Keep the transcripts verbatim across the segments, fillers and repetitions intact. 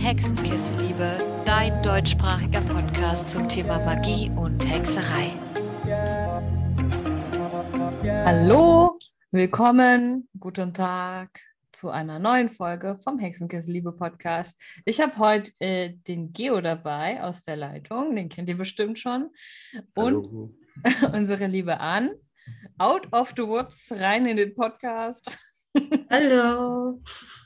Hexenkessel-Liebe, dein deutschsprachiger Podcast zum Thema Magie und Hexerei. Hallo, willkommen, guten Tag zu einer neuen Folge vom Hexenkessel-Liebe Podcast. Ich habe heute äh, den Geo dabei aus der Leitung, den kennt ihr bestimmt schon. Und Hallo. unsere liebe Ann, out of the woods, rein in den Podcast. Hallo.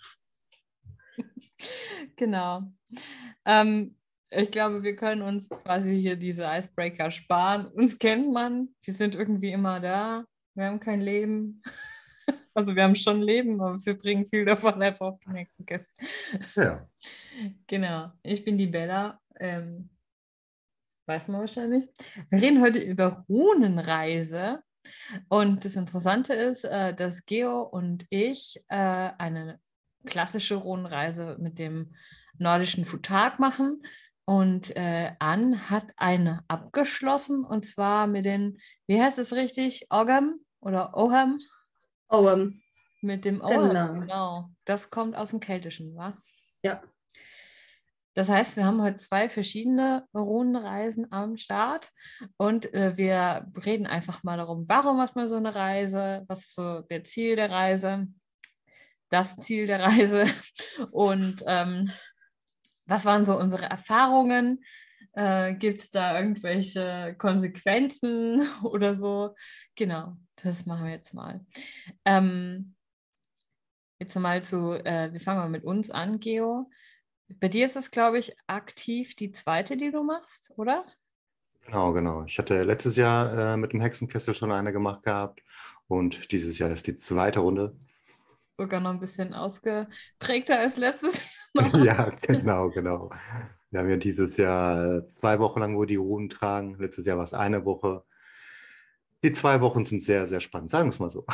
Genau. Ähm, ich glaube, wir können uns quasi hier diese Icebreaker sparen. Uns kennt man, wir sind irgendwie immer da. Wir haben kein Leben. Also wir haben schon Leben, aber wir bringen viel davon einfach auf den nächsten Gäste. Ja. Genau. Ich bin die Bella. Ähm, weiß man wahrscheinlich. Wir reden heute über Runenreise. Und das Interessante ist, äh, dass Geo und ich äh, eine klassische Runenreise mit dem nordischen Futag machen. Und äh, Ann hat eine abgeschlossen, und zwar mit den, wie heißt es richtig, Ogham oder Oham? Ogham. Mit dem Oham, Genau. genau. Das kommt aus dem Keltischen, wa? Ja. Das heißt, wir haben heute zwei verschiedene Runenreisen am Start und äh, wir reden einfach mal darum, warum macht man so eine Reise, was ist so der Ziel der Reise, das Ziel der Reise und ähm, was waren so unsere Erfahrungen? Äh, Gibt es da irgendwelche Konsequenzen oder so? Genau, das machen wir jetzt mal. Ähm, jetzt mal zu, äh, wir fangen mal mit uns an, Geo. Bei dir ist es, glaube ich, aktiv die zweite, die du machst, oder? Genau, genau. Ich hatte letztes Jahr äh, mit dem Hexenkessel schon eine gemacht gehabt und dieses Jahr ist die zweite Runde. Sogar noch ein bisschen ausgeprägter als letztes Jahr. Ja, genau, genau. Wir haben ja dieses Jahr äh, zwei Wochen lang, wo die Runen tragen. Letztes Jahr war es eine Woche. Die zwei Wochen sind sehr, sehr spannend, sagen wir es mal so.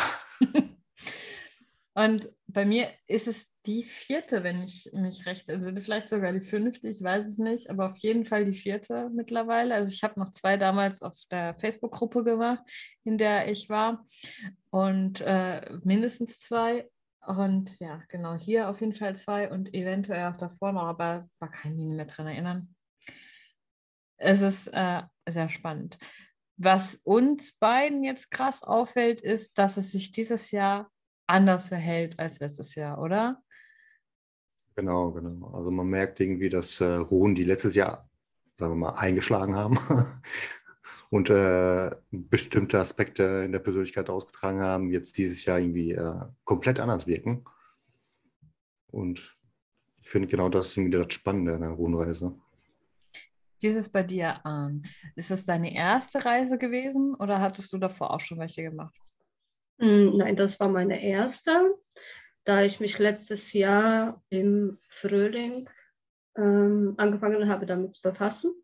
Und bei mir ist es die vierte, wenn ich mich recht entsinne, vielleicht sogar die fünfte, ich weiß es nicht, aber auf jeden Fall die vierte mittlerweile. Also ich habe noch zwei damals auf der Facebook-Gruppe gemacht, in der ich war, und äh, mindestens zwei. Und ja, genau, hier auf jeden Fall zwei und eventuell auch davor noch, aber da kann ich mich nicht mehr dran erinnern. Es ist äh, sehr spannend. Was uns beiden jetzt krass auffällt, ist, dass es sich dieses Jahr anders verhält als letztes Jahr, oder? Genau, genau. Also man merkt irgendwie, dass äh, Runen, die letztes Jahr, sagen wir mal, eingeschlagen haben und äh, bestimmte Aspekte in der Persönlichkeit ausgetragen haben, jetzt dieses Jahr irgendwie äh, komplett anders wirken. Und ich finde, genau das ist irgendwie das Spannende an der Runenreise. Wie ist es bei dir an? Ist es deine erste Reise gewesen oder hattest du davor auch schon welche gemacht? Mm, Nein, das war meine erste, da ich mich letztes Jahr im Frühling ähm, angefangen habe, damit zu befassen.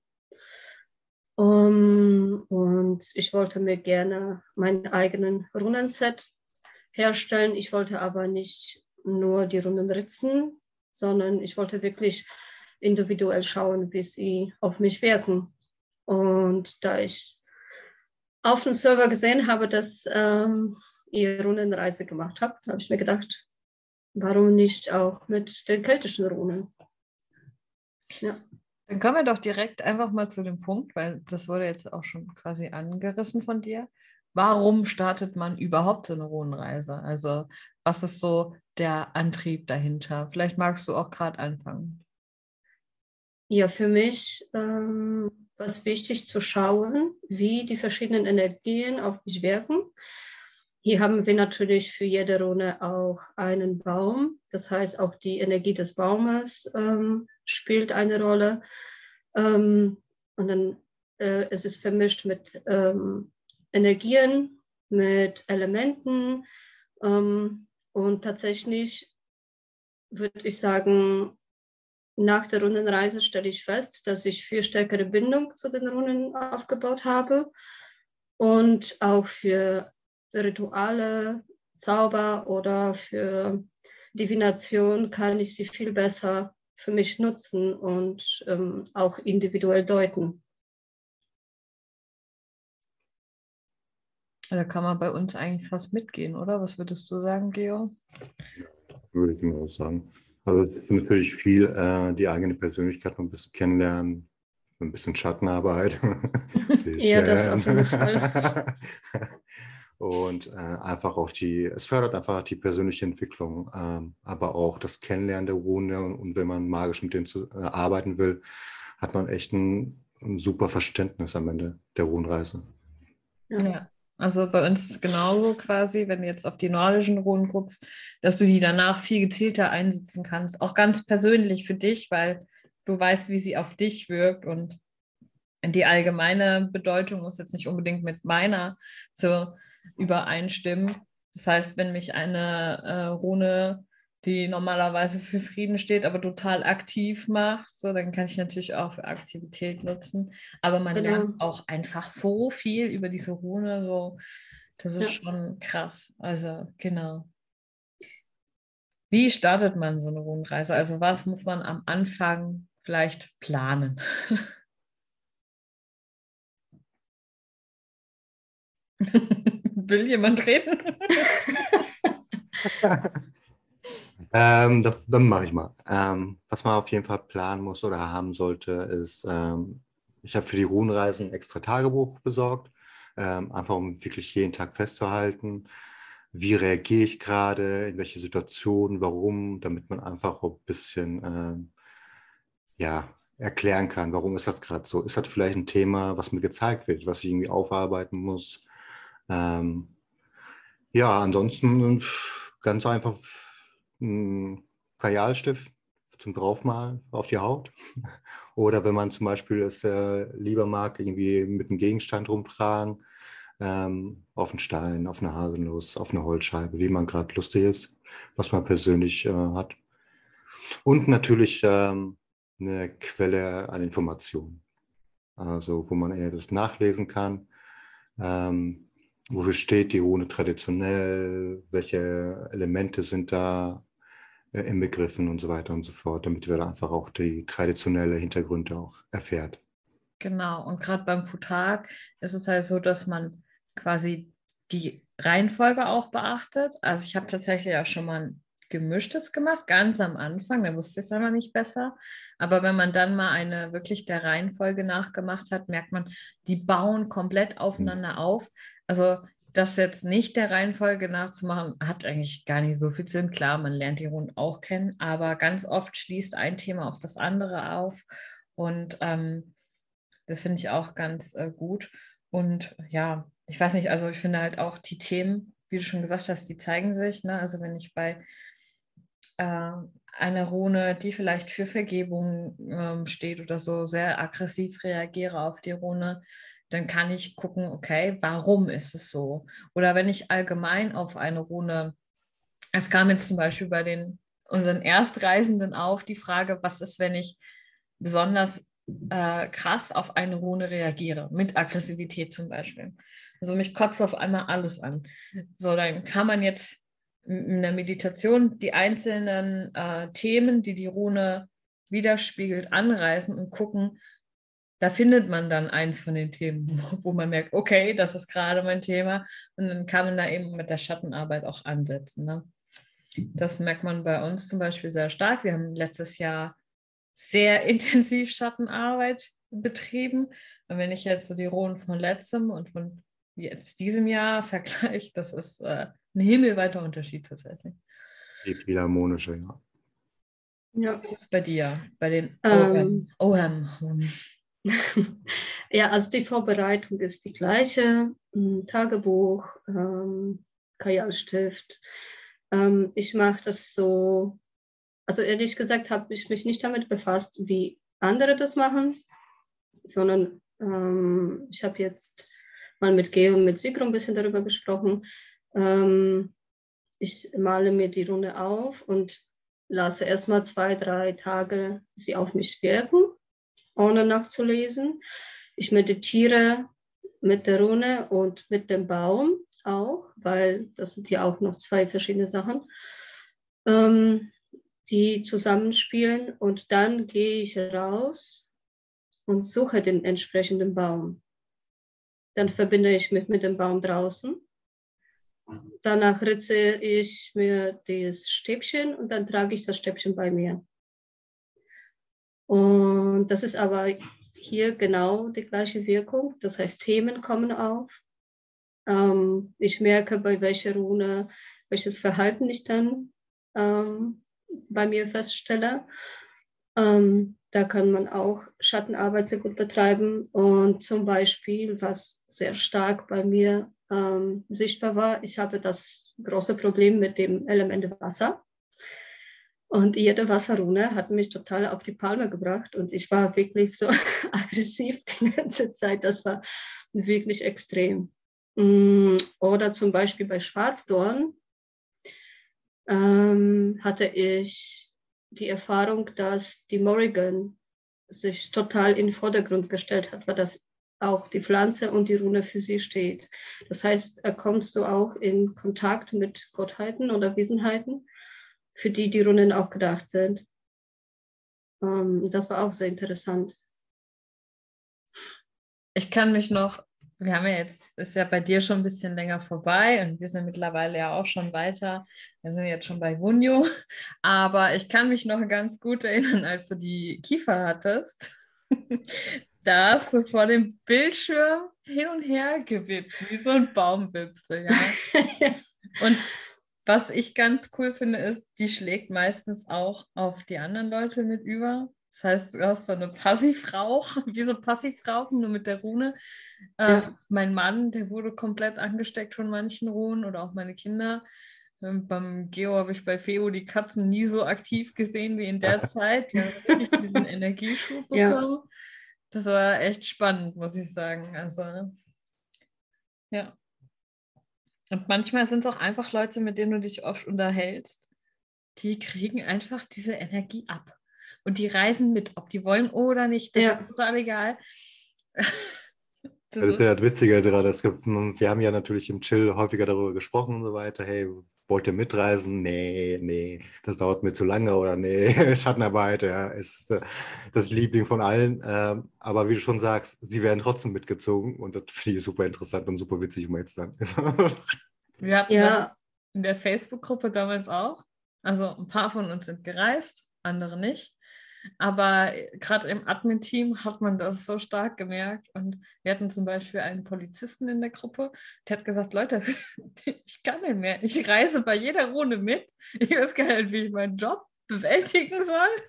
Um, und ich wollte mir gerne meinen eigenen Runenset herstellen. Ich wollte aber nicht nur die Runen ritzen, sondern ich wollte wirklich individuell schauen, wie sie auf mich wirken. Und da ich auf dem Server gesehen habe, dass ähm, ihr Runenreise gemacht habt, habe ich mir gedacht, warum nicht auch mit den keltischen Runen? Ja. Dann kommen wir doch direkt einfach mal zu dem Punkt, weil das wurde jetzt auch schon quasi angerissen von dir. Warum startet man überhaupt so eine Runenreise? Also was ist so der Antrieb dahinter? Vielleicht magst du auch gerade anfangen. Ja, für mich ähm, war es wichtig zu schauen, wie die verschiedenen Energien auf mich wirken. Hier haben wir natürlich für jede Rune auch einen Baum. Das heißt, auch die Energie des Baumes ähm, spielt eine Rolle. Ähm, und dann äh, es ist vermischt mit ähm, Energien, mit Elementen. Ähm, und tatsächlich würde ich sagen, nach der Runenreise stelle ich fest, dass ich viel stärkere Bindung zu den Runen aufgebaut habe und auch für Rituale, Zauber oder für Divination kann ich sie viel besser für mich nutzen und ähm, auch individuell deuten. Da kann man bei uns eigentlich fast mitgehen, oder? Was würdest du sagen, Geo? Würde ich mir auch sagen. Also es ist natürlich viel äh, die eigene Persönlichkeit noch ein bisschen kennenlernen, ein bisschen Schattenarbeit. Ja, das bisschen. auf jeden Fall. Und äh, einfach auch die, es fördert einfach die persönliche Entwicklung, ähm, aber auch das Kennenlernen der Rune. Und, und wenn man magisch mit denen zu, äh, arbeiten will, hat man echt ein, ein super Verständnis am Ende der Runenreise. Ja. Ja, also bei uns ist es genauso quasi, wenn du jetzt auf die nordischen Runen guckst, dass du die danach viel gezielter einsetzen kannst. Auch ganz persönlich für dich, weil du weißt, wie sie auf dich wirkt und die allgemeine Bedeutung muss jetzt nicht unbedingt mit meiner so übereinstimmen. Das heißt, wenn mich eine äh, Rune, die normalerweise für Frieden steht, aber total aktiv macht, so, dann kann ich natürlich auch für Aktivität nutzen. Aber man Genau. lernt auch einfach so viel über diese Rune, so, das ist Ja. schon krass. Also, genau. Wie startet man so eine Runenreise? Also, was muss man am Anfang vielleicht planen? Will jemand reden? ähm, da, dann mache ich mal. Ähm, was man auf jeden Fall planen muss oder haben sollte, ist, ähm, ich habe für die Runenreisen ein extra Tagebuch besorgt, ähm, einfach um wirklich jeden Tag festzuhalten, wie reagiere ich gerade, in welche Situation, warum, damit man einfach auch ein bisschen ähm, ja, erklären kann, warum ist das gerade so. Ist das vielleicht ein Thema, was mir gezeigt wird, was ich irgendwie aufarbeiten muss? Ähm, ja, ansonsten ganz einfach ein Kajalstift zum Draufmalen auf die Haut. Oder wenn man zum Beispiel es äh, lieber mag, irgendwie mit einem Gegenstand rumtragen, ähm, auf einen Stein, auf eine Haselnuss, auf eine Holzscheibe, wie man gerade lustig ist, was man persönlich äh, hat. Und natürlich ähm, eine Quelle an Informationen, also wo man eher das nachlesen kann. Ähm, Wofür steht die Rune traditionell? Welche Elemente sind da äh, inbegriffen und so weiter und so fort, damit wir da einfach auch die traditionelle Hintergründe auch erfährt. Genau, und gerade beim Futag ist es halt so, dass man quasi die Reihenfolge auch beachtet. Also ich habe tatsächlich auch schon mal ein gemischtes gemacht, ganz am Anfang, da wusste ich es aber nicht besser. Aber wenn man dann mal eine wirklich der Reihenfolge nachgemacht hat, merkt man, die bauen komplett aufeinander auf. Also das jetzt nicht der Reihenfolge nachzumachen, hat eigentlich gar nicht so viel Sinn. Klar, man lernt die Runen auch kennen, aber ganz oft schließt ein Thema auf das andere auf. Und ähm, das finde ich auch ganz äh, gut. Und ja, ich weiß nicht, also ich finde halt auch die Themen, wie du schon gesagt hast, die zeigen sich. Ne? Also wenn ich bei äh, einer Rune, die vielleicht für Vergebung ähm, steht oder so, sehr aggressiv reagiere auf die Rune, dann kann ich gucken, okay, warum ist es so? Oder wenn ich allgemein auf eine Rune, es kam jetzt zum Beispiel bei den unseren Erstreisenden auf, die Frage, was ist, wenn ich besonders äh, krass auf eine Rune reagiere, mit Aggressivität zum Beispiel. Also mich kotzt auf einmal alles an. So, dann kann man jetzt in der Meditation die einzelnen äh, Themen, die die Rune widerspiegelt, anreißen und gucken, da findet man dann eins von den Themen, wo man merkt, okay, das ist gerade mein Thema. Und dann kann man da eben mit der Schattenarbeit auch ansetzen. Ne? Das merkt man bei uns zum Beispiel sehr stark. Wir haben letztes Jahr sehr intensiv Schattenarbeit betrieben. Und wenn ich jetzt so die Runen von letztem und von jetzt diesem Jahr vergleiche, das ist äh, ein himmelweiter Unterschied tatsächlich. Die Philharmonische, ja. Ja. Was ist bei dir, bei den Ähm, O M? Ja, also die Vorbereitung ist die gleiche. Tagebuch, ähm, Kajalstift. Ähm, ich mache das so, also ehrlich gesagt habe ich mich nicht damit befasst, wie andere das machen, sondern ähm, ich habe jetzt mal mit Geo und mit Sigro ein bisschen darüber gesprochen. Ähm, ich male mir die Runde auf und lasse erstmal zwei, drei Tage sie auf mich wirken, ohne nachzulesen. Ich meditiere mit der Rune und mit dem Baum auch, weil das sind ja auch noch zwei verschiedene Sachen, ähm, die zusammenspielen. Und dann gehe ich raus und suche den entsprechenden Baum. Dann verbinde ich mich mit dem Baum draußen danach ritze ich mir das Stäbchen und dann trage ich das Stäbchen bei mir. Und das ist aber hier genau die gleiche Wirkung. Das heißt, Themen kommen auf. Ähm, ich merke, bei welcher Rune, welches Verhalten ich dann ähm, bei mir feststelle. Ähm, da kann man auch Schattenarbeit sehr gut betreiben. Und zum Beispiel, was sehr stark bei mir ähm, sichtbar war, ich habe das große Problem mit dem Element Wasser. Und jede Wasserrune hat mich total auf die Palme gebracht. Und ich war wirklich so aggressiv die ganze Zeit. Das war wirklich extrem. Oder zum Beispiel bei Schwarzdorn ähm, hatte ich die Erfahrung, dass die Morrigan sich total in den Vordergrund gestellt hat, weil das auch die Pflanze und die Rune für sie steht. Das heißt, er kommt so auch in Kontakt mit Gottheiten oder Wesenheiten, für die die Runen auch gedacht sind. Ähm, das war auch sehr interessant. Ich kann mich noch, wir haben ja jetzt, ist ja bei dir schon ein bisschen länger vorbei und wir sind mittlerweile ja auch schon weiter. Wir sind jetzt schon bei Wunjo, aber ich kann mich noch ganz gut erinnern, als du die Kiefer hattest. Da hast du vor dem Bildschirm hin und her gewippt, wie so ein Baumwipfel, ja. Und was ich ganz cool finde, ist, die schlägt meistens auch auf die anderen Leute mit über. Das heißt, du hast so eine Passivrauch, wie so Passivrauchen, nur mit der Rune. Ja. Äh, mein Mann, der wurde komplett angesteckt von manchen Runen oder auch meine Kinder. Ähm, beim Geo habe ich bei Feo die Katzen nie so aktiv gesehen wie in der Zeit. Die haben richtig diesen Energieschub bekommen. Ja. Das war echt spannend, muss ich sagen. Also, ja. Und manchmal sind es auch einfach Leute, mit denen du dich oft unterhältst, die kriegen einfach diese Energie ab. Und die reisen mit, ob die wollen oder nicht. Das Ja. ist total egal. Das ist ja das Witzige daran. Es gibt, wir haben ja natürlich im Chill häufiger darüber gesprochen und so weiter. Hey, wollt ihr mitreisen? Nee, nee, das dauert mir zu lange oder nee, Schattenarbeit, ja, ist äh, das Liebling von allen. Ähm, aber wie du schon sagst, sie werden trotzdem mitgezogen und das finde ich super interessant und super witzig, um jetzt zu sagen. Wir hatten Ja. das in der Facebook-Gruppe damals auch. Also ein paar von uns sind gereist, andere nicht. Aber gerade im Admin-Team hat man das so stark gemerkt. Und wir hatten zum Beispiel einen Polizisten in der Gruppe, der hat gesagt, Leute, ich kann nicht mehr. Ich reise bei jeder Runde mit. Ich weiß gar nicht, wie ich meinen Job bewältigen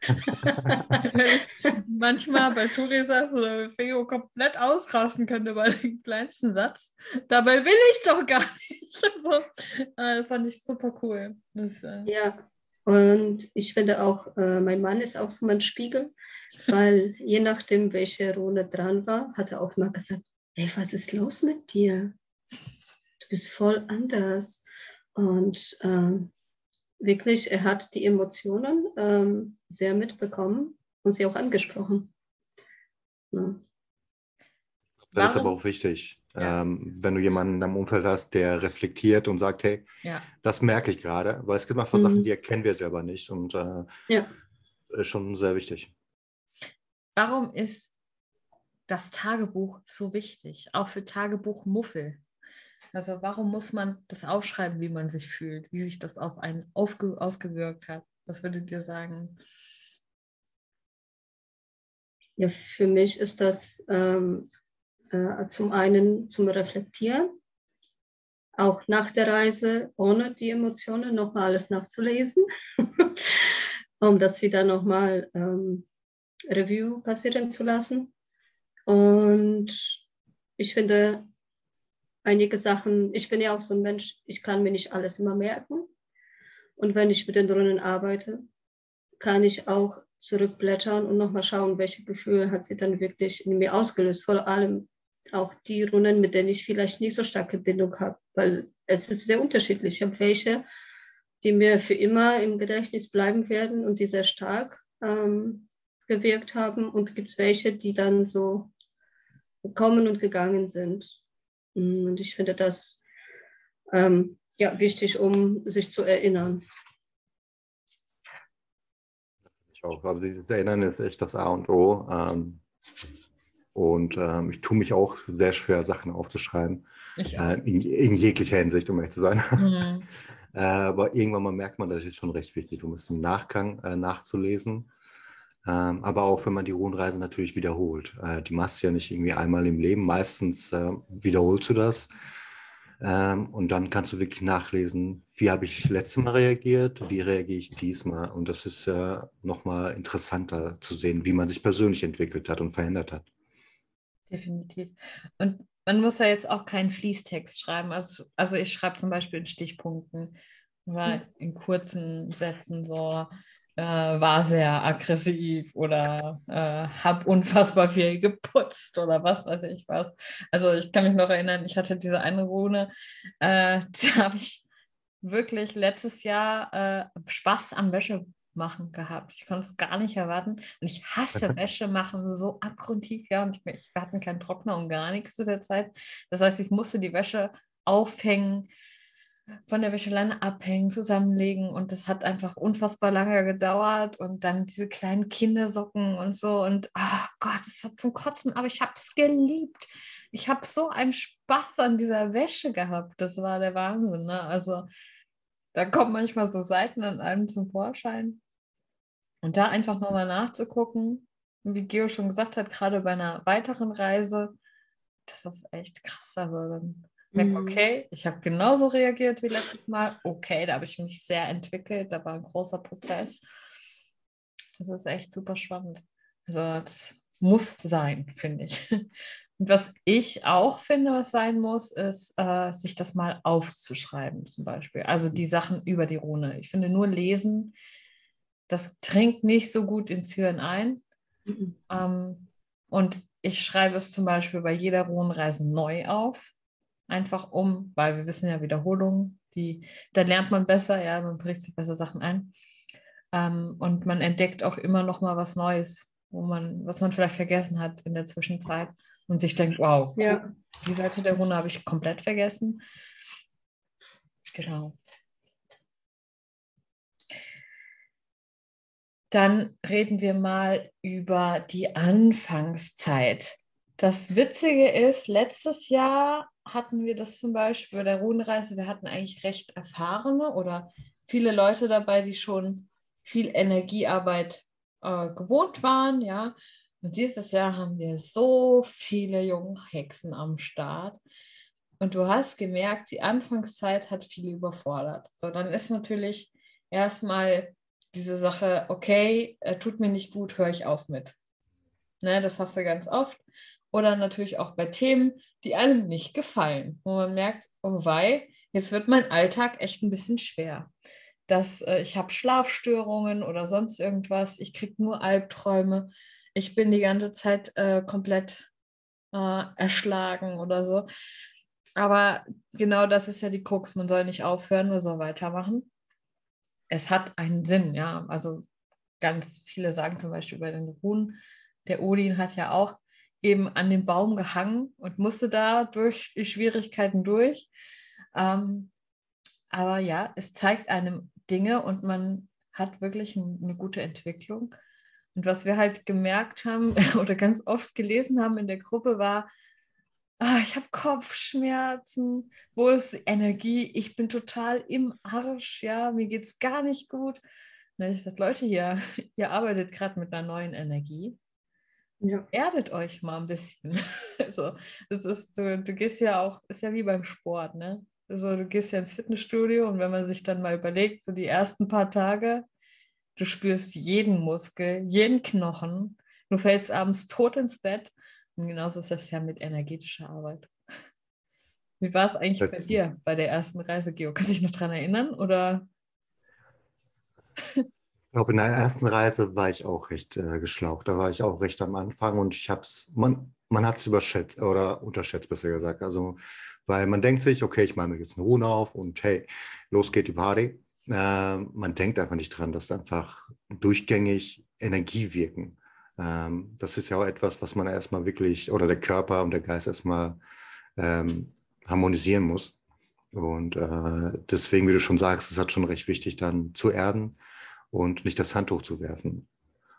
soll. Manchmal bei Turisas oder Feo komplett ausrasten könnte bei dem kleinsten Satz. Dabei will ich doch gar nicht. Also, das fand ich super cool. Das, äh Ja. Und ich finde auch, äh, mein Mann ist auch so mein Spiegel, weil je nachdem, welche Rune dran war, hat er auch immer gesagt, hey, was ist los mit dir? Du bist voll anders. Und ähm, wirklich, er hat die Emotionen ähm, sehr mitbekommen und sie auch angesprochen. Ja. Das ist aber auch wichtig, ja. ähm, wenn du jemanden in deinem Umfeld hast, der reflektiert und sagt, hey, ja. das merke ich gerade, weil es gibt manchmal mhm. Sachen, die erkennen wir selber nicht und äh, ja. ist schon sehr wichtig. Warum ist das Tagebuch so wichtig, auch für Tagebuchmuffel? Also warum muss man das aufschreiben, wie man sich fühlt, wie sich das auf einen aufge- ausgewirkt hat? Was würdet ihr sagen? Ja, für mich ist das ähm, äh, zum einen zum Reflektieren, auch nach der Reise, ohne die Emotionen nochmal alles nachzulesen, um das wieder nochmal ähm, Review passieren zu lassen. Und ich finde, einige Sachen, ich bin ja auch so ein Mensch, ich kann mir nicht alles immer merken. Und wenn ich mit den Runen arbeite, kann ich auch zurückblättern und nochmal schauen, welche Gefühle hat sie dann wirklich in mir ausgelöst. Vor allem auch die Runen, mit denen ich vielleicht nicht so starke Bindung habe, weil es ist sehr unterschiedlich. Ich habe welche, die mir für immer im Gedächtnis bleiben werden und die sehr stark ähm, gewirkt haben. Und gibt es welche, die dann so gekommen und gegangen sind. Und ich finde das ähm, ja, wichtig, um sich zu erinnern. Ich auch. Also dieses Erinnern ist echt das A und O. Ähm, Und ähm, ich tue mich auch sehr schwer, Sachen aufzuschreiben. Ich auch. Äh, in, in jeglicher Hinsicht, um ehrlich zu sein. Mhm. äh, aber irgendwann mal merkt man, das ist schon recht wichtig, um es im Nachgang äh, nachzulesen. Ähm, aber auch, wenn man die Rundreise natürlich wiederholt. Äh, die machst du ja nicht irgendwie einmal im Leben. Meistens äh, wiederholst du das. Ähm, und dann kannst du wirklich nachlesen, wie habe ich letztes Mal reagiert, wie reagiere ich diesmal. Und das ist äh, nochmal interessanter zu sehen, wie man sich persönlich entwickelt hat und verändert hat. Definitiv. Und man muss ja jetzt auch keinen Fließtext schreiben. Also, also ich schreibe zum Beispiel in Stichpunkten oder in kurzen Sätzen so, äh, war sehr aggressiv oder äh, habe unfassbar viel geputzt oder was weiß ich was. Also ich kann mich noch erinnern, ich hatte diese eine Rune, äh, da habe ich wirklich letztes Jahr äh, Spaß am Wäsche machen gehabt. Ich konnte es gar nicht erwarten. Und ich hasse Wäsche machen so abgrundtief, ja. Und ich, ich, wir hatten keinen Trockner und gar nichts zu der Zeit. Das heißt, ich musste die Wäsche aufhängen, von der Wäscheleine abhängen, zusammenlegen. Und das hat einfach unfassbar lange gedauert. Und dann diese kleinen Kindersocken und so. Und oh Gott, es war zum Kotzen. Aber ich habe es geliebt. Ich habe so einen Spaß an dieser Wäsche gehabt. Das war der Wahnsinn, ne? Also da kommen manchmal so Seiten an einem zum Vorschein. Und da einfach nochmal nachzugucken, wie Geo schon gesagt hat, gerade bei einer weiteren Reise, das ist echt krass. Also dann merkt man, okay, ich habe genauso reagiert wie letztes Mal. Okay, da habe ich mich sehr entwickelt. Da war ein großer Prozess. Das ist echt super spannend. Also das muss sein, finde ich. Und was ich auch finde, was sein muss, ist, äh, sich das mal aufzuschreiben zum Beispiel. Also die Sachen über die Rune. Ich finde, nur lesen, das dringt nicht so gut ins Hirn ein. Mhm. Ähm, und ich schreibe es zum Beispiel bei jeder Runenreise neu auf. Einfach um, weil wir wissen ja, Wiederholungen, die, da lernt man besser, ja, man bringt sich besser Sachen ein. Ähm, und man entdeckt auch immer noch mal was Neues, wo man, was man vielleicht vergessen hat in der Zwischenzeit und sich denkt, wow, Ja. die Seite der Rune habe ich komplett vergessen. Genau. Dann reden wir mal über die Anfangszeit. Das Witzige ist, letztes Jahr hatten wir das zum Beispiel bei der Runenreise, wir hatten eigentlich recht erfahrene oder viele Leute dabei, die schon viel Energiearbeit äh, gewohnt waren, ja. Und dieses Jahr haben wir so viele junge Hexen am Start. Und du hast gemerkt, die Anfangszeit hat viele überfordert. So, dann ist natürlich erstmal diese Sache, okay, äh, tut mir nicht gut, höre ich auf mit. Ne, das hast du ganz oft. Oder natürlich auch bei Themen, die einem nicht gefallen, wo man merkt, oh wei, jetzt wird mein Alltag echt ein bisschen schwer. Das, äh, ich habe Schlafstörungen oder sonst irgendwas, ich kriege nur Albträume, ich bin die ganze Zeit äh, komplett äh, erschlagen oder so. Aber genau das ist ja die Krux, man soll nicht aufhören, man soll weitermachen. Es hat einen Sinn, ja, also ganz viele sagen zum Beispiel bei den Runen, der Odin hat ja auch eben an dem Baum gehangen und musste da durch die Schwierigkeiten durch. Ähm, aber ja, es zeigt einem Dinge und man hat wirklich ein, eine gute Entwicklung. Und was wir halt gemerkt haben oder ganz oft gelesen haben in der Gruppe war, ah, ich habe Kopfschmerzen, wo ist Energie? Ich bin total im Arsch, ja, mir geht es gar nicht gut. Und ich sage, Leute, hier, ihr arbeitet gerade mit einer neuen Energie. Ja. Erdet euch mal ein bisschen. Also, das ist, du, du gehst ja auch, ist ja wie beim Sport, ne? Also, du gehst ja ins Fitnessstudio und wenn man sich dann mal überlegt, so die ersten paar Tage, du spürst jeden Muskel, jeden Knochen, du fällst abends tot ins Bett und genauso ist das ja mit energetischer Arbeit. Wie war es eigentlich bei dir bei der ersten Reise, Geo? Kannst du dich noch daran erinnern? Oder? Ich glaube, in der ersten Reise war ich auch recht äh, geschlaucht. Da war ich auch recht am Anfang und ich habe es, man, man hat es überschätzt oder unterschätzt, besser gesagt. Also, weil man denkt sich, okay, ich mache mir jetzt eine Rune auf und hey, los geht die Party. Äh, man denkt einfach nicht dran, dass einfach durchgängig Energie wirken. Ähm, das ist ja auch etwas, was man erstmal wirklich, oder der Körper und der Geist erstmal ähm, harmonisieren muss. Und äh, deswegen, wie du schon sagst, ist es halt schon recht wichtig, dann zu erden und nicht das Handtuch zu werfen.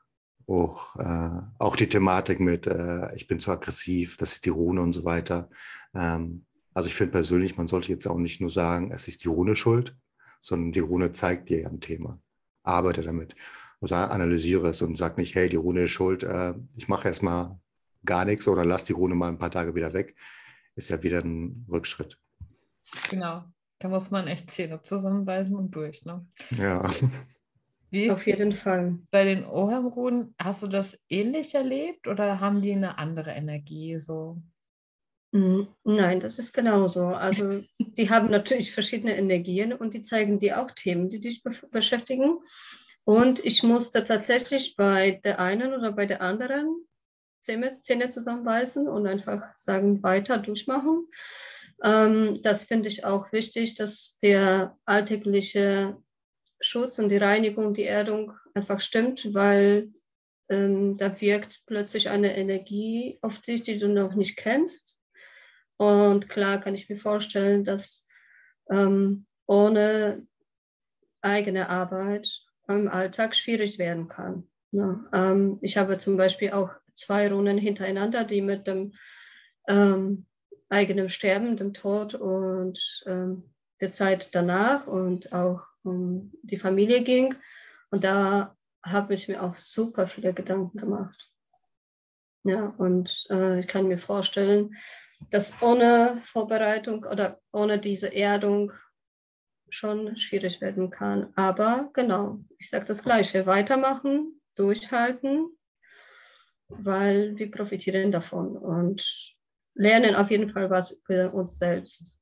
auch, äh, auch die Thematik mit, äh, ich bin zu aggressiv, das ist die Rune und so weiter. Ähm, also ich finde persönlich, man sollte jetzt auch nicht nur sagen, es ist die Rune schuld, sondern die Rune zeigt dir ja ein Thema. Arbeite damit. Also analysiere es und sag nicht, hey, die Rune ist schuld, äh, ich mache erstmal gar nichts oder lass die Rune mal ein paar Tage wieder weg. Ist ja wieder ein Rückschritt. Genau. Da muss man echt Zähne zusammenbeißen und durch, ne? Ja. Wie ist Auf jeden Fall. bei den Ohamrunen? Hast du das ähnlich erlebt oder haben die eine andere Energie so? Mm, Nein, das ist genauso. Also die haben natürlich verschiedene Energien und die zeigen dir auch Themen, die dich be beschäftigen. Und ich musste tatsächlich bei der einen oder bei der anderen Zähne, Zähne zusammenbeißen und einfach sagen, weiter durchmachen. Ähm, das finde ich auch wichtig, dass der alltägliche Schutz und die Reinigung, die Erdung einfach stimmt, weil ähm, da wirkt plötzlich eine Energie auf dich, die du noch nicht kennst. Und klar kann ich mir vorstellen, dass ähm, ohne eigene Arbeit im Alltag schwierig werden kann. Ja, ähm, ich habe zum Beispiel auch zwei Runen hintereinander, die mit dem ähm, eigenen Sterben, dem Tod und ähm, der Zeit danach und auch um die Familie ging. Und da habe ich mir auch super viele Gedanken gemacht. Ja, und äh, ich kann mir vorstellen, dass ohne Vorbereitung oder ohne diese Erdung schon schwierig werden kann. Aber genau, ich sage das Gleiche, weitermachen, durchhalten, weil wir profitieren davon und lernen auf jeden Fall was über uns selbst.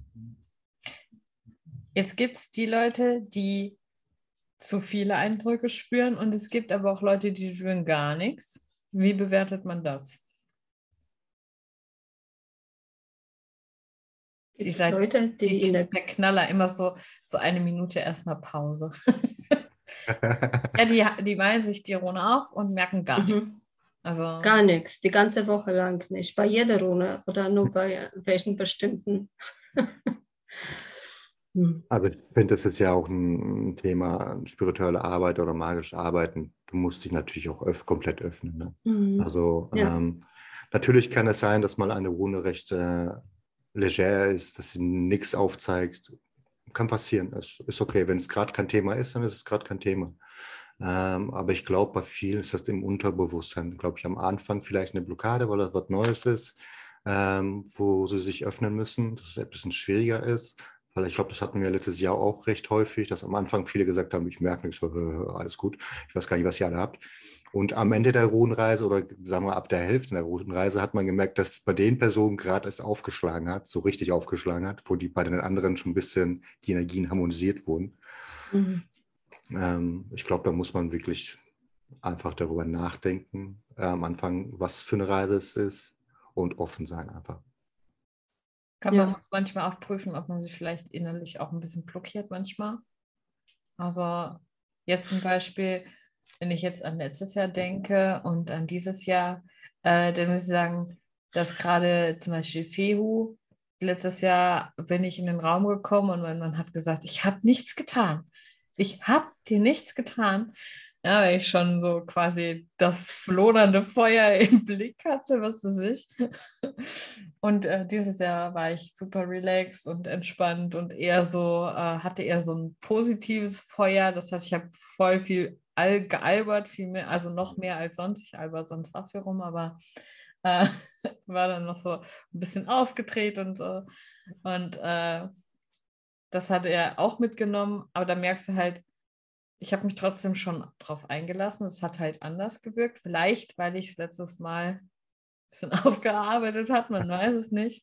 Jetzt gibt es die Leute, die zu viele Eindrücke spüren und es gibt aber auch Leute, die spüren gar nichts. Wie bewertet man das? Gibt Ich es sage, Leute, die, die, in der der Knaller immer so, so eine Minute erstmal Pause. Ja, die, die malen sich die Rune auf und merken gar nichts. mhm. Also, Gar nichts, die ganze Woche lang nicht, bei jeder Rune oder nur bei welchen bestimmten. Hm. Also ich finde, das ist ja auch ein Thema spirituelle Arbeit oder magische Arbeiten. Du musst dich natürlich auch öff komplett öffnen. Ne? Mhm. Also Ja. ähm, natürlich kann es sein, dass mal eine Rune recht äh, leger ist, dass sie nichts aufzeigt. Kann passieren. Es ist okay. Wenn es gerade kein Thema ist, dann ist es gerade kein Thema. Ähm, aber ich glaube, bei vielen ist das im Unterbewusstsein, glaube ich, am Anfang vielleicht eine Blockade, weil das was Neues ist, ähm, wo sie sich öffnen müssen, dass es ein bisschen schwieriger ist. Weil ich glaube, das hatten wir letztes Jahr auch recht häufig, dass am Anfang viele gesagt haben, ich merke nichts, alles gut, ich weiß gar nicht, was ihr alle habt. Und am Ende der Runenreise oder sagen wir ab der Hälfte der Runenreise hat man gemerkt, dass bei den Personen gerade es aufgeschlagen hat, so richtig aufgeschlagen hat, wo die bei den anderen schon ein bisschen die Energien harmonisiert wurden. Mhm. Ähm, ich glaube, da muss man wirklich einfach darüber nachdenken, äh, am Anfang, was für eine Reise es ist und offen sein einfach. kann Ja. man muss manchmal auch prüfen, ob man sich vielleicht innerlich auch ein bisschen blockiert manchmal. Also jetzt zum Beispiel, wenn ich jetzt an letztes Jahr denke und an dieses Jahr, äh, dann muss ich sagen, dass gerade zum Beispiel Fehu, letztes Jahr bin ich in den Raum gekommen und mein Mann hat gesagt, ich habe nichts getan. Ich habe dir nichts getan. Ja, weil ich schon so quasi das flodernde Feuer im Blick hatte, was weiß ich. Und äh, dieses Jahr war ich super relaxed und entspannt und eher so, äh, hatte eher so ein positives Feuer. Das heißt, ich habe voll viel all gealbert, viel mehr, also noch mehr als sonst. Ich alber sonst auch viel rum, aber äh, war dann noch so ein bisschen aufgedreht und so. Und äh, das hat er auch mitgenommen, aber da merkst du halt, ich habe mich trotzdem schon drauf eingelassen. Es hat halt anders gewirkt. Vielleicht, weil ich es letztes Mal ein bisschen aufgearbeitet habe, man weiß es nicht.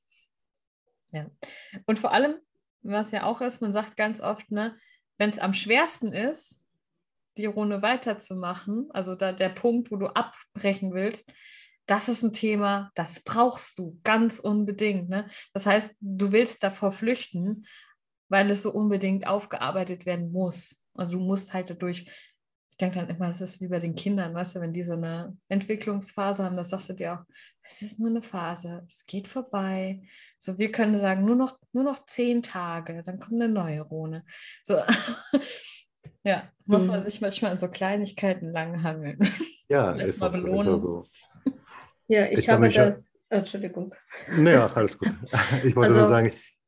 Ja. Und vor allem, was ja auch ist, man sagt ganz oft, ne, wenn es am schwersten ist, die Rune weiterzumachen, also da der Punkt, wo du abbrechen willst, das ist ein Thema, das brauchst du ganz unbedingt. Ne? Das heißt, du willst davor flüchten, weil es so unbedingt aufgearbeitet werden muss. Und du musst halt dadurch, ich denke dann immer, das ist wie bei den Kindern, weißt du, wenn die so eine Entwicklungsphase haben, das sagst du dir auch, es ist nur eine Phase, es geht vorbei. So, wir können sagen, nur noch, nur noch zehn Tage, dann kommt eine neue Rune. So, ja, muss man Mhm. sich manchmal an so Kleinigkeiten langhangeln. Ja, Vielleicht ist mal auch so. Ist auch belohnen. so. Ja, ich, Ich habe glaube, ich habe. das, Entschuldigung. Naja, alles gut. Ich wollte nur Also, sagen, ich.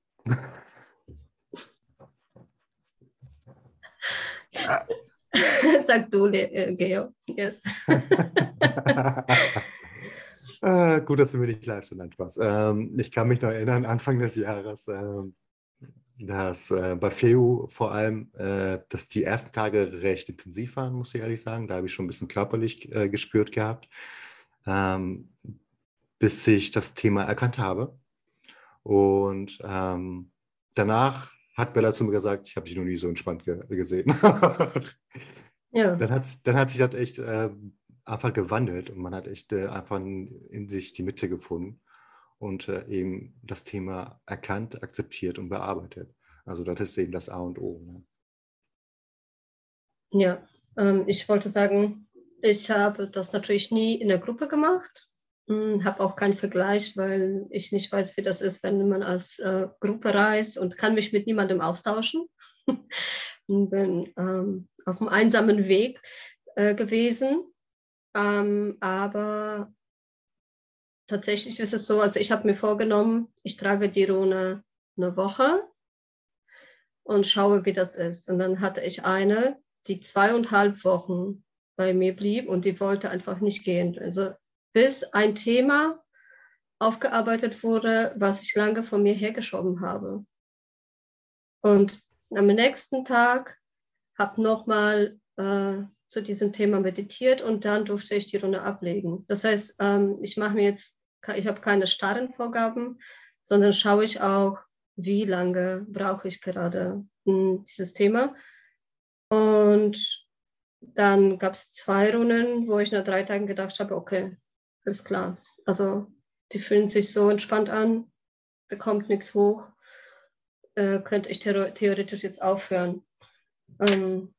sag du, Le- äh, Geo. Yes. Äh, gut, dass du mir nicht live sind, nein, Spaß. Ähm, ich kann mich noch erinnern, Anfang des Jahres, ähm, dass äh, bei F E U vor allem, äh, dass die ersten Tage recht intensiv waren, muss ich ehrlich sagen. Da habe ich schon ein bisschen körperlich äh, gespürt gehabt, ähm, bis ich das Thema erkannt habe. Und ähm, danach hat Bella zu mir gesagt, ich habe dich noch nie so entspannt ge gesehen. Ja, Dann, hat's, dann hat sich das echt äh, einfach gewandelt und man hat echt äh, einfach in, in sich die Mitte gefunden und äh, eben das Thema erkannt, akzeptiert und bearbeitet. Also das ist eben das A und O. Ne? ja. Ähm, ich wollte sagen, ich habe das natürlich nie in der Gruppe gemacht. Hm, habe auch keinen Vergleich, weil ich nicht weiß, wie das ist, wenn man als äh, Gruppe reist und kann mich mit niemandem austauschen. Und bin ähm, auf einem einsamen Weg äh, gewesen. Ähm, aber tatsächlich ist es so, also ich habe mir vorgenommen, ich trage die Rune eine Woche und schaue, wie das ist. Und dann hatte ich eine, die zweieinhalb Wochen bei mir blieb und die wollte einfach nicht gehen. Also bis ein Thema aufgearbeitet wurde, was ich lange von mir hergeschoben habe. Und am nächsten Tag habe nochmal äh, zu diesem Thema meditiert und dann durfte ich die Runde ablegen. Das heißt, ähm, ich mache mir jetzt, ich habe keine starren Vorgaben, sondern schaue ich auch, wie lange brauche ich gerade mh, dieses Thema. Und dann gab es zwei Runden, wo ich nach drei Tagen gedacht habe, okay, alles klar. Also die fühlen sich so entspannt an, da kommt nichts hoch, äh, könnte ich theoretisch jetzt aufhören. Ähm,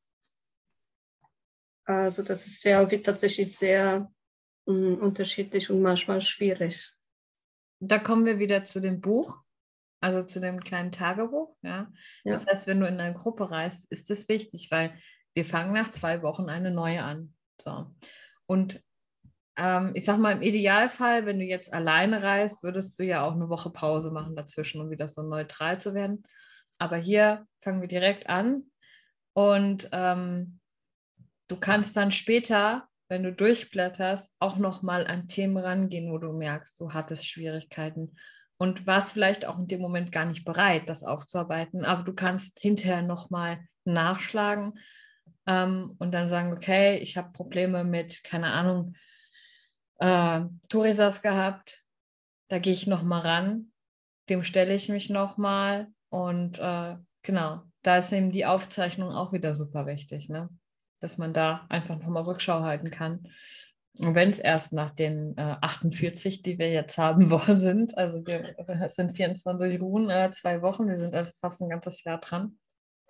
also das ist ja tatsächlich sehr mh, unterschiedlich und manchmal schwierig. Da kommen wir wieder zu dem Buch, also zu dem kleinen Tagebuch. Ja? Ja. Das heißt, wenn du in eine Gruppe reist, ist das wichtig, weil wir fangen nach zwei Wochen eine neue an. So. Und ähm, ich sag mal, im Idealfall, wenn du jetzt alleine reist, würdest du ja auch eine Woche Pause machen dazwischen, um wieder so neutral zu werden. Aber hier fangen wir direkt an und ähm, du kannst dann später, wenn du durchblätterst, auch nochmal an Themen rangehen, wo du merkst, du hattest Schwierigkeiten und warst vielleicht auch in dem Moment gar nicht bereit, das aufzuarbeiten, aber du kannst hinterher nochmal nachschlagen ähm, und dann sagen, okay, ich habe Probleme mit, keine Ahnung, äh, Torisas gehabt, da gehe ich nochmal ran, dem stelle ich mich nochmal und äh, genau, da ist eben die Aufzeichnung auch wieder super wichtig, ne? Dass man da einfach nochmal Rückschau halten kann. Und wenn es erst nach den äh, achtundvierzig, die wir jetzt haben wollen, sind, also wir, es sind vierundzwanzig Ruhen, äh, zwei Wochen, wir sind also fast ein ganzes Jahr dran.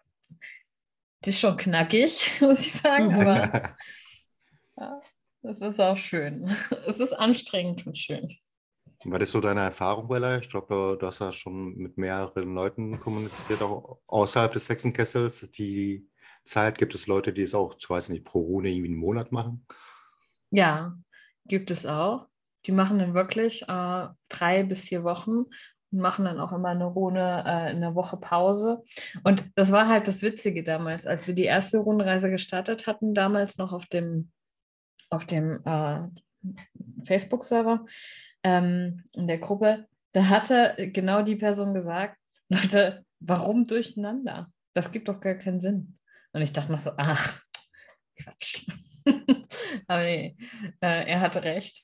Das ist schon knackig, muss ich sagen, aber ja, es ist auch schön. Es ist anstrengend und schön. Was ist so deine Erfahrung, Bella? Ich glaube, du, du hast ja schon mit mehreren Leuten kommuniziert, auch außerhalb des Hexenkessels. Die Zeit, gibt es Leute, die es auch, ich weiß nicht, pro Rune irgendwie einen Monat machen? Ja, gibt es auch. Die machen dann wirklich äh, drei bis vier Wochen und machen dann auch immer eine Rune, äh, eine Woche Pause. Und das war halt das Witzige damals, als wir die erste Rundenreise gestartet hatten, damals noch auf dem, auf dem äh, Facebook-Server ähm, in der Gruppe. Da hatte genau die Person gesagt, Leute, warum durcheinander? Das gibt doch gar keinen Sinn. Und ich dachte noch so, ach, Quatsch. Aber nee, äh, er hatte recht.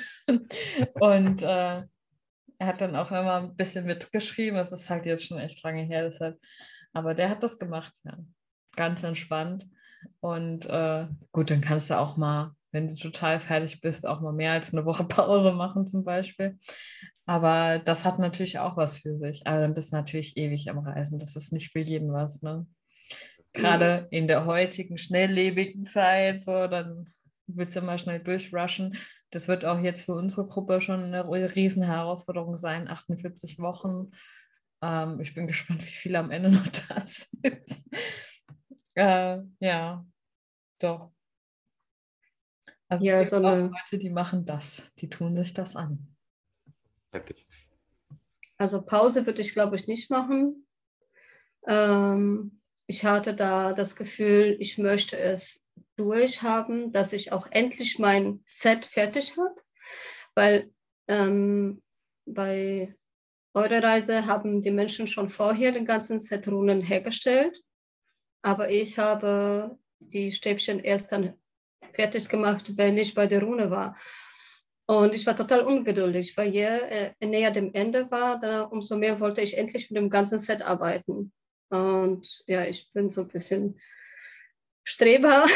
Und äh, er hat dann auch immer ein bisschen mitgeschrieben. Das ist halt jetzt schon echt lange her. Deshalb. Aber der hat das gemacht, ja. Ganz entspannt. Und äh, gut, dann kannst du auch mal, wenn du total fertig bist, auch mal mehr als eine Woche Pause machen zum Beispiel. Aber das hat natürlich auch was für sich. Aber dann bist du natürlich ewig am Reisen. Das ist nicht für jeden was, ne? Gerade in der heutigen schnelllebigen Zeit, so, dann willst du mal schnell durchrushen. Das wird auch jetzt für unsere Gruppe schon eine Riesenherausforderung sein, achtundvierzig Wochen. Ähm, ich bin gespannt, wie viele am Ende noch da sind. äh, ja, doch. Also Ja, es so gibt auch eine, Leute, die machen das, die tun sich das an. Heftig. also Pause würde ich, glaube ich, nicht machen. Ähm, ich hatte da das Gefühl, ich möchte es durchhaben, dass ich auch endlich mein Set fertig habe, weil ähm, bei eurer Reise haben die Menschen schon vorher den ganzen Set Runen hergestellt, aber ich habe die Stäbchen erst dann fertig gemacht, wenn ich bei der Rune war. Und ich war total ungeduldig, weil je äh, näher dem Ende war, da, umso mehr wollte ich endlich mit dem ganzen Set arbeiten. Und ja, ich bin so ein bisschen Streber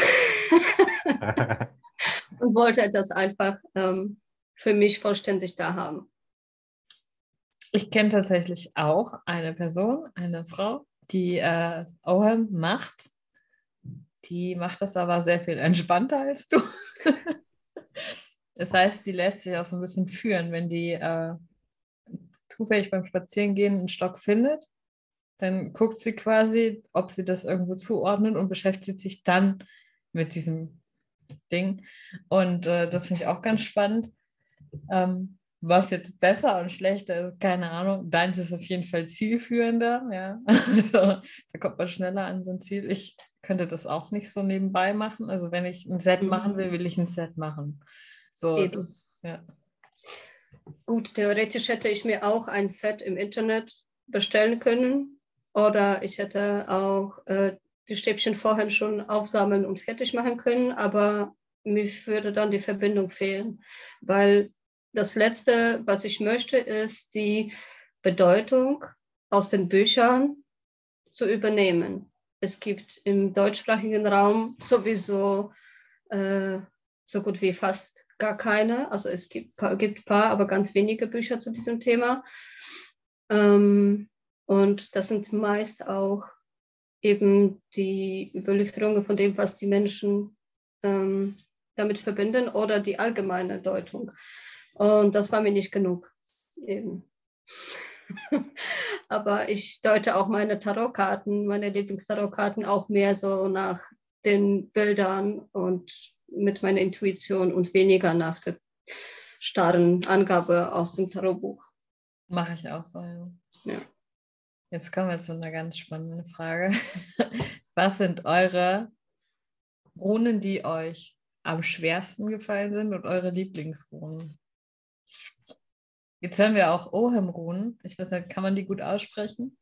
und wollte das einfach ähm, für mich vollständig da haben. Ich kenne tatsächlich auch eine Person, eine Frau, die äh, Ogham macht. Die macht das aber sehr viel entspannter als du. Das heißt, sie lässt sich auch so ein bisschen führen, wenn die äh, zufällig beim Spazierengehen einen Stock findet, dann guckt sie quasi, ob sie das irgendwo zuordnet und beschäftigt sich dann mit diesem Ding. Und äh, das finde ich auch ganz spannend. Ähm, was jetzt besser und schlechter ist, keine Ahnung. Deins ist auf jeden Fall zielführender. Ja. Also, da kommt man schneller an so ein Ziel. Ich könnte das auch nicht so nebenbei machen. Also wenn ich ein Set Mhm. machen will, will ich ein Set machen. So, Eben. das, ja. Gut, theoretisch hätte ich mir auch ein Set im Internet bestellen können oder ich hätte auch äh, die Stäbchen vorher schon aufsammeln und fertig machen können, aber mir würde dann die Verbindung fehlen, weil das Letzte, was ich möchte, ist die Bedeutung aus den Büchern zu übernehmen. Es gibt im deutschsprachigen Raum sowieso äh, so gut wie fast gar keine. Also es gibt ein gibt paar, aber ganz wenige Bücher zu diesem Thema. Ähm, und das sind meist auch eben die Überlieferungen von dem, was die Menschen ähm, damit verbinden oder die allgemeine Deutung. Und das war mir nicht genug. Eben. Aber ich deute auch meine Tarotkarten, meine Lieblingstarotkarten auch mehr so nach den Bildern und mit meiner Intuition und weniger nach der starren Angabe aus dem Tarotbuch. Mache ich auch so, ja. Ja. Jetzt kommen wir zu einer ganz spannenden Frage. Was sind eure Runen, die euch am schwersten gefallen sind und eure Lieblingsrunen? Jetzt hören wir auch Ogham-Runen. Ich weiß nicht, kann man die gut aussprechen?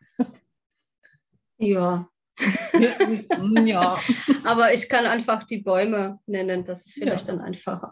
Ja. Ja. Aber ich kann einfach die Bäume nennen, das ist vielleicht Ja. dann einfacher.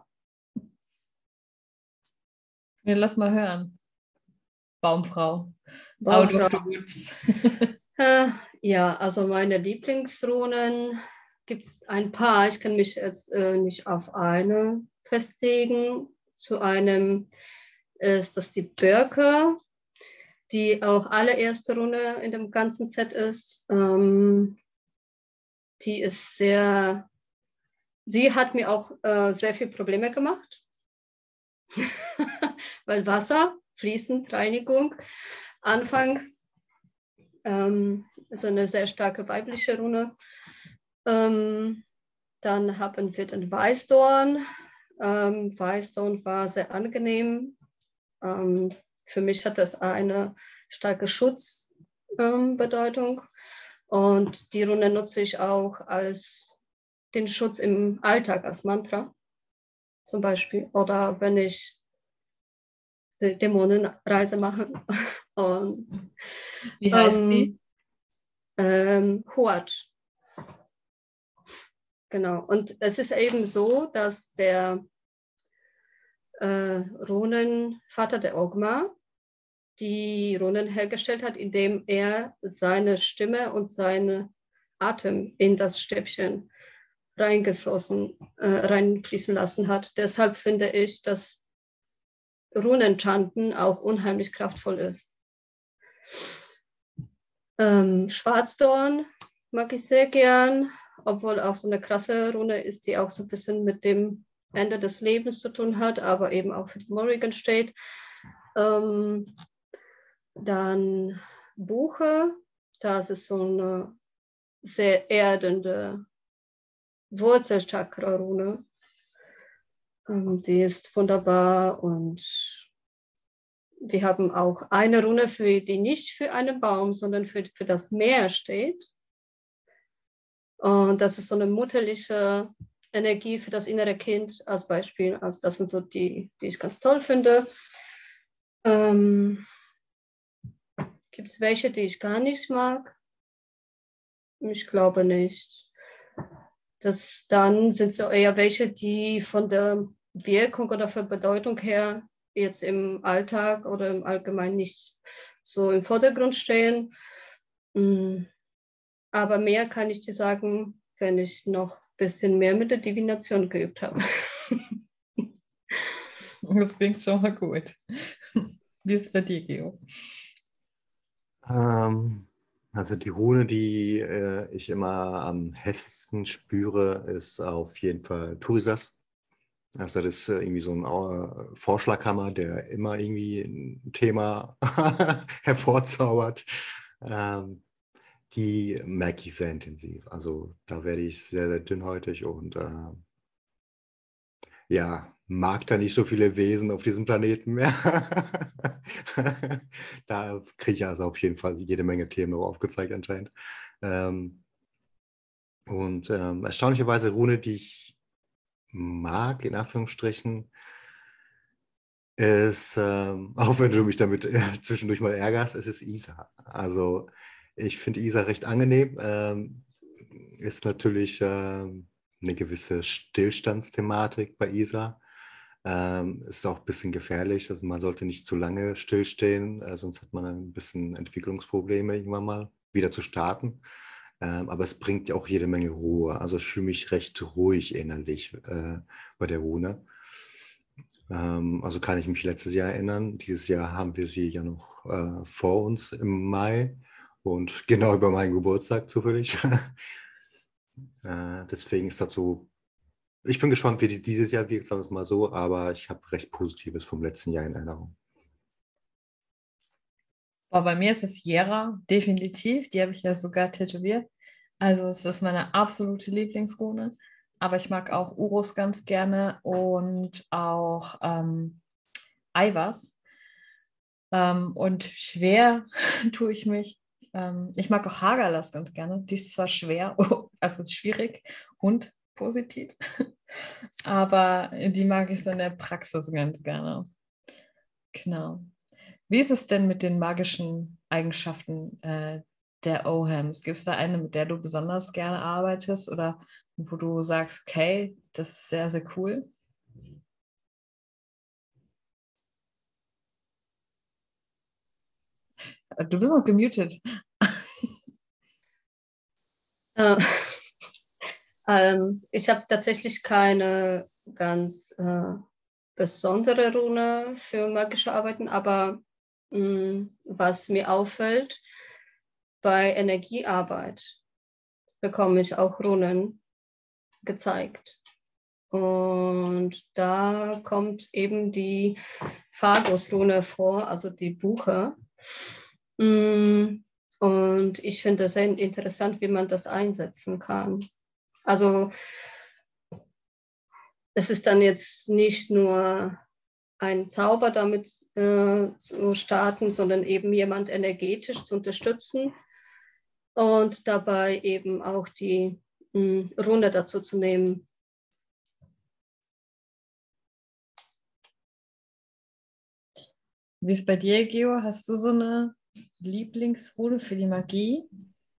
Ja, lass mal hören. Baumfrau. Baumfrau. Out of the woods. Äh, ja, also meine Lieblingsrunen gibt es ein paar. Ich kann mich jetzt äh, nicht auf eine festlegen. Zu einem ist das die Birke, die auch allererste Rune in dem ganzen Set ist. Ähm, die ist sehr, sie hat mir auch äh, sehr viel Probleme gemacht, weil Wasser, fließend, Reinigung, Anfang ähm, ist eine sehr starke weibliche Rune. Ähm, dann haben wir den Weißdorn. Ähm, Weißdorn war sehr angenehm. Ähm, für mich hat das eine starke Schutzbedeutung. Ähm, und die Rune nutze ich auch als den Schutz im Alltag, als Mantra zum Beispiel. Oder wenn ich die Dämonenreise mache. Und, Wie heißt ähm, die? Ähm, Huat. Genau. Und es ist eben so, dass der äh, Runenvater der Ogma die Runen hergestellt hat, indem er seine Stimme und seinen Atem in das Stäbchen reingeflossen, äh, reinfließen lassen hat. Deshalb finde ich, dass Runenchanten auch unheimlich kraftvoll ist. Ähm, Schwarzdorn mag ich sehr gern, obwohl auch so eine krasse Rune ist, die auch so ein bisschen mit dem Ende des Lebens zu tun hat, aber eben auch für die Morrigan steht. Ähm, dann Buche, das ist so eine sehr erdende Wurzelchakra-Rune. Ähm, die ist wunderbar und wir haben auch eine Rune, für, die nicht für einen Baum, sondern für, für das Meer steht. Und das ist so eine mutterliche Energie für das innere Kind als Beispiel. Also das sind so die, die ich ganz toll finde. Ähm, Gibt es welche, die ich gar nicht mag? Ich glaube nicht. Das, dann sind es eher welche, die von der Wirkung oder von Bedeutung her jetzt im Alltag oder im Allgemeinen nicht so im Vordergrund stehen. Aber mehr kann ich dir sagen, wenn ich noch ein bisschen mehr mit der Divination geübt habe. Das klingt schon mal gut. Wie ist es bei dir, Geo? Ähm, also die Rune, die äh, ich immer am heftigsten spüre, ist auf jeden Fall Turisas. Also das ist äh, irgendwie so ein äh, Vorschlaghammer, der immer irgendwie ein Thema hervorzaubert. Ähm, die merke ich sehr intensiv. Also da werde ich sehr, sehr dünnhäutig und äh, ja, mag da nicht so viele Wesen auf diesem Planeten mehr. Da kriege ich also auf jeden Fall jede Menge Themen noch aufgezeigt anscheinend. Ähm, und ähm, erstaunlicherweise Rune, die ich mag, in Anführungsstrichen, ist, ähm, auch wenn du mich damit äh, zwischendurch mal ärgerst, es ist Isa. Also ich finde Isa recht angenehm. Ähm, ist natürlich ähm, eine gewisse Stillstandsthematik bei Isa. Ähm, ist auch ein bisschen gefährlich. Also man sollte nicht zu lange stillstehen, äh, sonst hat man ein bisschen Entwicklungsprobleme irgendwann mal wieder zu starten. Ähm, aber es bringt ja auch jede Menge Ruhe. Also ich fühle mich recht ruhig innerlich äh, bei der Rune. Ähm, also kann ich mich letztes Jahr erinnern. Dieses Jahr haben wir sie ja noch äh, vor uns im Mai und genau über meinen Geburtstag zufällig. äh, deswegen ist das so. Ich bin gespannt, wie die dieses Jahr wird, sagen wir es mal so, aber ich habe recht Positives vom letzten Jahr in Erinnerung. Aber bei mir ist es Jera, definitiv. Die habe ich ja sogar tätowiert. Also es ist meine absolute Lieblingsrune. Aber ich mag auch Urus ganz gerne und auch ähm, Eivas. Ähm, und schwer tue ich mich. Ähm, ich mag auch Hagalas ganz gerne. Die ist zwar schwer, also schwierig und positiv, aber die mag ich so in der Praxis ganz gerne. Genau. Wie ist es denn mit den magischen Eigenschaften äh, der Ohams? Gibt es da eine, mit der du besonders gerne arbeitest oder wo du sagst, okay, das ist sehr, sehr cool? Du bist noch gemutet. Äh, ähm, ich habe tatsächlich keine ganz äh, besondere Rune für magische Arbeiten, aber mh, was mir auffällt, bei Energiearbeit bekomme ich auch Runen gezeigt. Und da kommt eben die Phagus-Rune vor, also die Buche. Und ich finde es sehr interessant, wie man das einsetzen kann. Also es ist dann jetzt nicht nur ein Zauber damit äh, zu starten, sondern eben jemand energetisch zu unterstützen und dabei eben auch die mh, Rune dazu zu nehmen. Wie ist es bei dir, Geo? Hast du so eine Lieblingsrune für die Magie?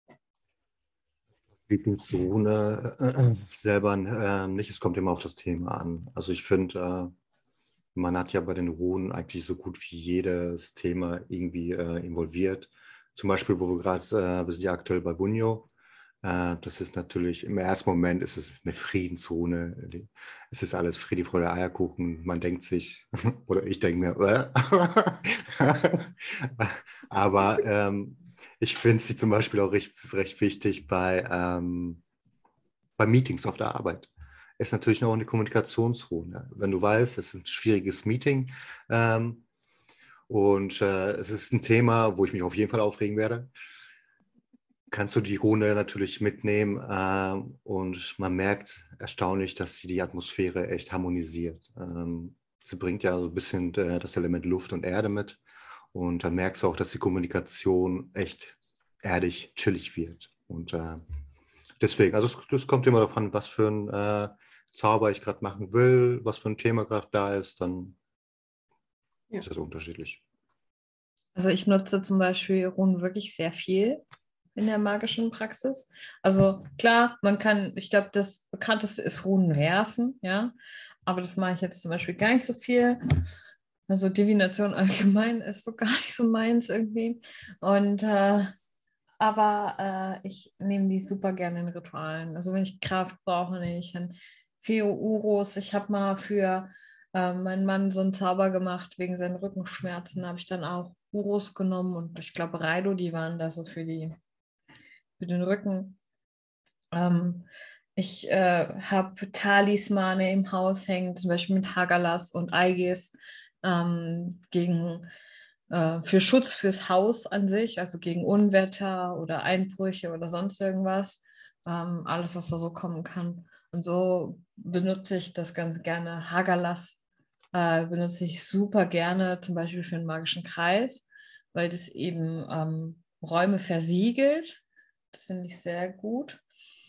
Lieblingsrune äh, selber äh, nicht. Es kommt immer auf das Thema an. Also ich finde, äh, man hat ja bei den Runen eigentlich so gut wie jedes Thema irgendwie äh, involviert. Zum Beispiel, wo wir gerade, äh, wir sind ja aktuell bei Bunyo. Äh, das ist natürlich, im ersten Moment ist es eine Friedensrune. Die, es ist alles Friede, Freude, Eierkuchen. Man denkt sich, oder ich denke mir, äh. aber ähm, ich finde sie zum Beispiel auch recht, recht wichtig bei, ähm, bei Meetings auf der Arbeit. Ist natürlich noch eine Kommunikationsrune. Wenn du weißt, es ist ein schwieriges Meeting ähm, und äh, es ist ein Thema, wo ich mich auf jeden Fall aufregen werde, kannst du die Rune natürlich mitnehmen äh, und man merkt erstaunlich, dass sie die Atmosphäre echt harmonisiert. Ähm, sie bringt ja so ein bisschen äh, das Element Luft und Erde mit und da merkst du auch, dass die Kommunikation echt erdig, chillig wird. Und äh, deswegen, also es, das kommt immer davon, was für ein äh, Zauber ich gerade machen will, was für ein Thema gerade da ist, dann Ja. ist das unterschiedlich. Also ich nutze zum Beispiel Runen wirklich sehr viel in der magischen Praxis. Also klar, man kann, ich glaube, das bekannteste ist Runen werfen, ja, aber das mache ich jetzt zum Beispiel gar nicht so viel. Also Divination allgemein ist so gar nicht so meins irgendwie. Und äh, aber äh, ich nehme die super gerne in Ritualen. Also wenn ich Kraft brauche, nehme ich dann Feo Urus. Ich habe mal für äh, meinen Mann so einen Zauber gemacht wegen seinen Rückenschmerzen. Da habe ich dann auch Urus genommen und ich glaube Raido, die waren da so für die für den Rücken. Ähm, ich äh, habe Talismane im Haus hängen, zum Beispiel mit Hagalas und Aegis ähm, gegen äh, für Schutz fürs Haus an sich, also gegen Unwetter oder Einbrüche oder sonst irgendwas. Ähm, alles, was da so kommen kann. Und so benutze ich das ganz gerne. Hagalas äh, benutze ich super gerne, zum Beispiel für einen magischen Kreis, weil das eben ähm, Räume versiegelt. Das finde ich sehr gut.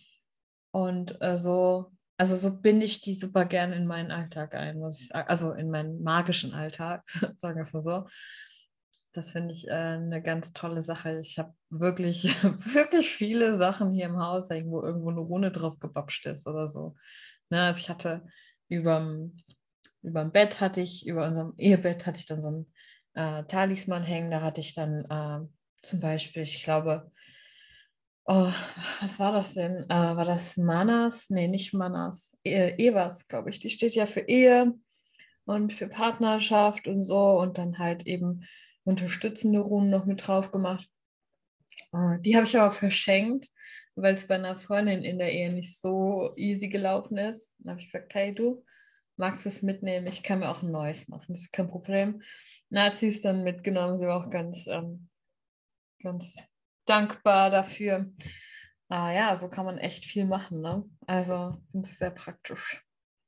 Und äh, so, also so binde ich die super gerne in meinen Alltag ein, muss ich sagen. Also in meinen magischen Alltag, sagen wir es mal so. Das finde ich äh, eine ganz tolle Sache. Ich habe wirklich, wirklich viele Sachen hier im Haus hängen, wo irgendwo eine Rune drauf gebapscht ist oder so. Ne, also ich hatte überm, überm Bett hatte ich, über unserem Ehebett hatte ich dann so ein äh, Talisman hängen. Da hatte ich dann äh, zum Beispiel, ich glaube, oh, was war das denn? Äh, war das Manas? Nee, nicht Manas. E Evas, glaube ich. Die steht ja für Ehe und für Partnerschaft und so und dann halt eben unterstützende Runen noch mit drauf gemacht. Äh, die habe ich aber verschenkt, weil es bei einer Freundin in der Ehe nicht so easy gelaufen ist. Dann habe ich gesagt, hey du, magst du es mitnehmen? Ich kann mir auch ein neues machen, das ist kein Problem. Dann hat sie es dann mitgenommen, sie war auch ganz, ähm, ganz dankbar dafür. Ah ja, so kann man echt viel machen, ne? Also, ich finde es sehr praktisch.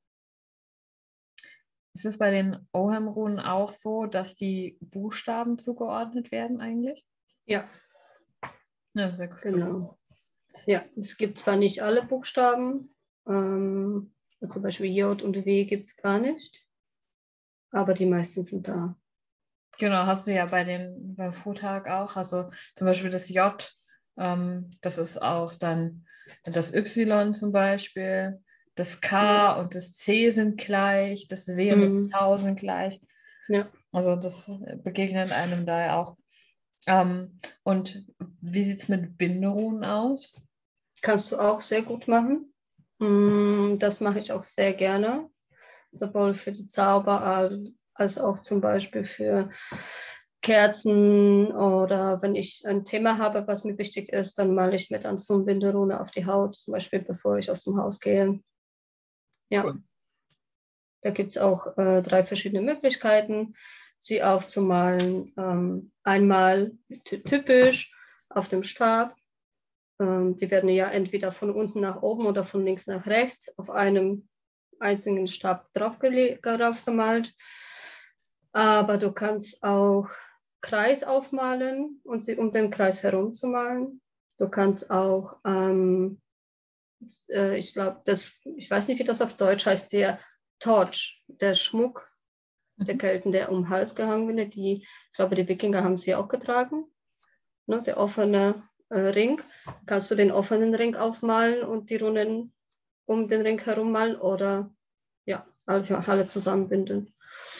Ist es bei den Ogham-Runen auch so, dass die Buchstaben zugeordnet werden eigentlich? Ja, Ja, sehr gut. genau. Ja, es gibt zwar nicht alle Buchstaben, ähm, zum Beispiel J und W gibt es gar nicht, aber die meisten sind da. Genau, hast du ja bei den, beim Futag auch. Also zum Beispiel das J, ähm, das ist auch dann das Y zum Beispiel. Das K Ja. und das C sind gleich, das W und das Mhm. V sind gleich. Ja. Also das begegnet einem da ja auch. Ähm, und wie sieht es mit Binderunen aus? Kannst du auch sehr gut machen. Mm, Das mache ich auch sehr gerne, sowohl für die Zauber al- als auch zum Beispiel für Kerzen oder wenn ich ein Thema habe, was mir wichtig ist, dann male ich mir dann so eine Binderune auf die Haut, zum Beispiel bevor ich aus dem Haus gehe. Ja, Cool. da gibt es auch äh, drei verschiedene Möglichkeiten, sie aufzumalen. Ähm, einmal ty- typisch auf dem Stab. Ähm, die werden ja entweder von unten nach oben oder von links nach rechts auf einem einzigen Stab drauf gemalt. Aber du kannst auch Kreis aufmalen und sie um den Kreis herum zu malen. Du kannst auch, ähm, äh, ich glaube, das, ich weiß nicht, wie das auf Deutsch heißt, der Torch, der Schmuck der Kelten, der um den Hals gehangen wird. Die, ich glaube, die Wikinger haben sie auch getragen. Ne, der offene äh, Ring. Kannst du den offenen Ring aufmalen und die Runen um den Ring herum malen oder ja, alle zusammenbinden.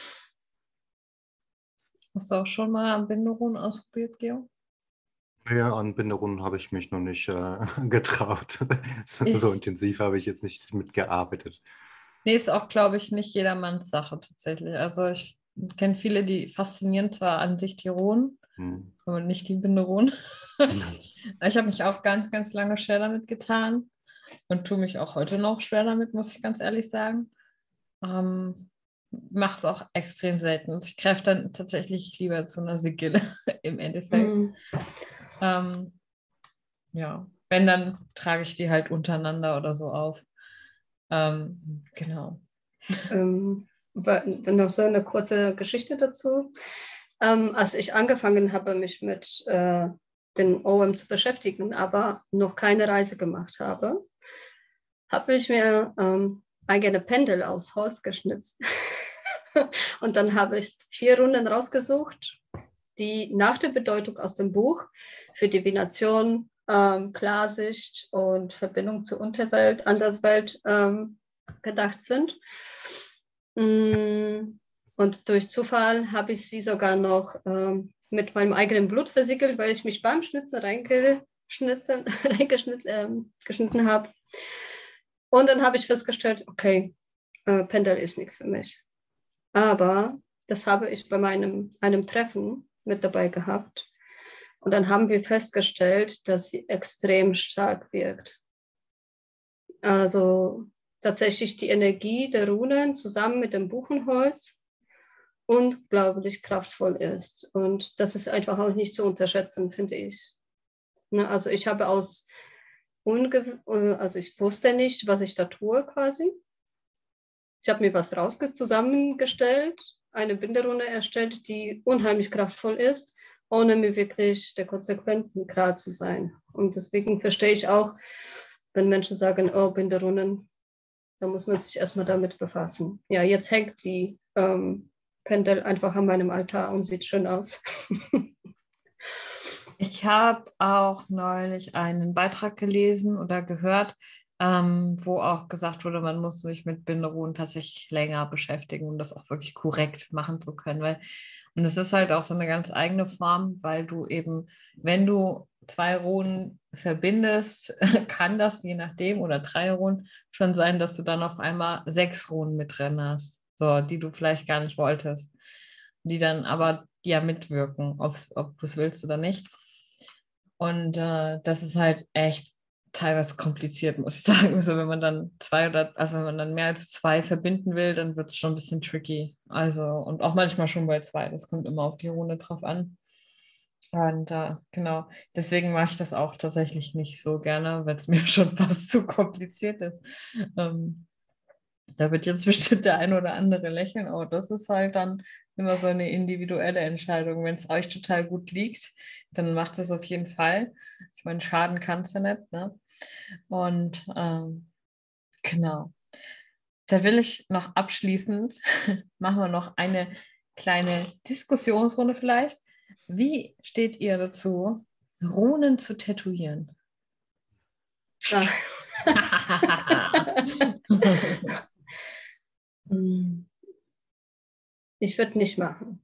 Hast du auch schon mal Binderunen ausprobiert, Geo? Ja, an Binderunden habe ich mich noch nicht äh, getraut. So, Ich, so intensiv habe ich jetzt nicht mitgearbeitet. nee, ist auch, glaube ich, nicht jedermanns Sache tatsächlich. Also ich kenne viele, die faszinieren zwar an sich die Runen, Hm. aber nicht die Binderunen. Ich habe mich auch ganz, ganz lange schwer damit getan und tue mich auch heute noch schwer damit, muss ich ganz ehrlich sagen. Ähm, Mache es auch extrem selten. Ich greife dann tatsächlich lieber zu einer Sigille im Endeffekt. Mhm. Ähm, ja, wenn, dann trage ich die halt untereinander oder so auf. Ähm, genau. Ähm, noch so eine kurze Geschichte dazu. Ähm, als ich angefangen habe, mich mit äh, den O M zu beschäftigen, aber noch keine Reise gemacht habe, habe ich mir ähm, eigene Pendel aus Holz geschnitzt. Und dann habe ich vier Runden rausgesucht, die nach der Bedeutung aus dem Buch für Divination, ähm, Klarsicht und Verbindung zur Unterwelt, Anderswelt ähm, gedacht sind. Und durch Zufall habe ich sie sogar noch ähm, mit meinem eigenen Blut versiegelt, weil ich mich beim Schnitzen reingeschnitten, reingeschnitten ähm, geschnitten habe. Und dann habe ich festgestellt, okay, äh, Pendel ist nichts für mich. Aber das habe ich bei meinem einem Treffen mit dabei gehabt. Und dann haben wir festgestellt, dass sie extrem stark wirkt. Also tatsächlich die Energie der Runen zusammen mit dem Buchenholz unglaublich kraftvoll ist. Und das ist einfach auch nicht zu unterschätzen, finde ich. Also ich habe aus Unge also ich wusste nicht, was ich da tue quasi. Ich habe mir was raus zusammengestellt, eine Binderrune erstellt, die unheimlich kraftvoll ist, ohne mir wirklich der Konsequenzen klar zu sein. Und deswegen verstehe ich auch, wenn Menschen sagen, oh, Binderrunen, da muss man sich erstmal damit befassen. Ja, jetzt hängt die ähm, Pendel einfach an meinem Altar und sieht schön aus. Ich habe auch neulich einen Beitrag gelesen oder gehört, ähm, wo auch gesagt wurde, man muss sich mit Binderunen tatsächlich länger beschäftigen, um das auch wirklich korrekt machen zu können. Weil, und es ist halt auch so eine ganz eigene Form, weil du eben, wenn du zwei Runen verbindest, kann das je nachdem, oder drei Runen, schon sein, dass du dann auf einmal sechs Runen mit drin hast, so, die du vielleicht gar nicht wolltest, die dann aber ja mitwirken, ob's, ob du es willst oder nicht. Und äh, das ist halt echt teilweise kompliziert, muss ich sagen. Also wenn man dann zwei oder, also wenn man dann mehr als zwei verbinden will, dann wird es schon ein bisschen tricky. Also, und auch manchmal schon bei zwei. Das kommt immer auf die Runde drauf an. Und äh, genau, deswegen mache ich das auch tatsächlich nicht so gerne, weil es mir schon fast zu kompliziert ist. Ähm, da wird jetzt bestimmt der ein oder andere lächeln, aber das ist halt dann immer so eine individuelle Entscheidung. Wenn es euch total gut liegt, dann macht es auf jeden Fall. Ich meine, schaden kann es ja nicht, ne? Und ähm, genau. Da will ich noch abschließend, machen wir noch eine kleine Diskussionsrunde vielleicht. Wie steht ihr dazu, Runen zu tätowieren? Ja. Ich würde nicht machen.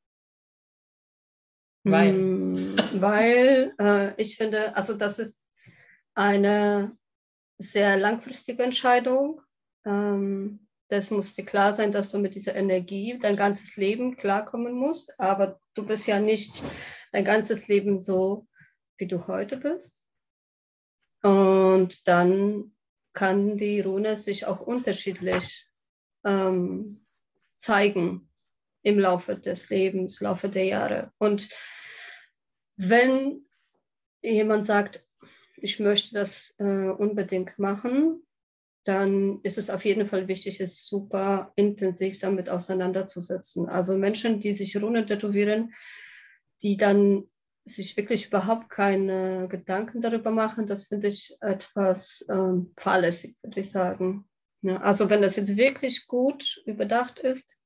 Weil? Weil äh, ich finde, also das ist eine sehr langfristige Entscheidung. Ähm, das muss dir klar sein, dass du mit dieser Energie dein ganzes Leben klarkommen musst, aber du bist ja nicht dein ganzes Leben so, wie du heute bist. Und dann kann die Rune sich auch unterschiedlich ähm, zeigen im Laufe des Lebens, im Laufe der Jahre. Und wenn jemand sagt, ich möchte das äh, unbedingt machen, dann ist es auf jeden Fall wichtig, es super intensiv damit auseinanderzusetzen. Also Menschen, die sich Runen tätowieren, die dann sich wirklich überhaupt keine Gedanken darüber machen, das finde ich etwas ähm, fahrlässig, würde ich sagen. Ja, also wenn das jetzt wirklich gut überdacht ist,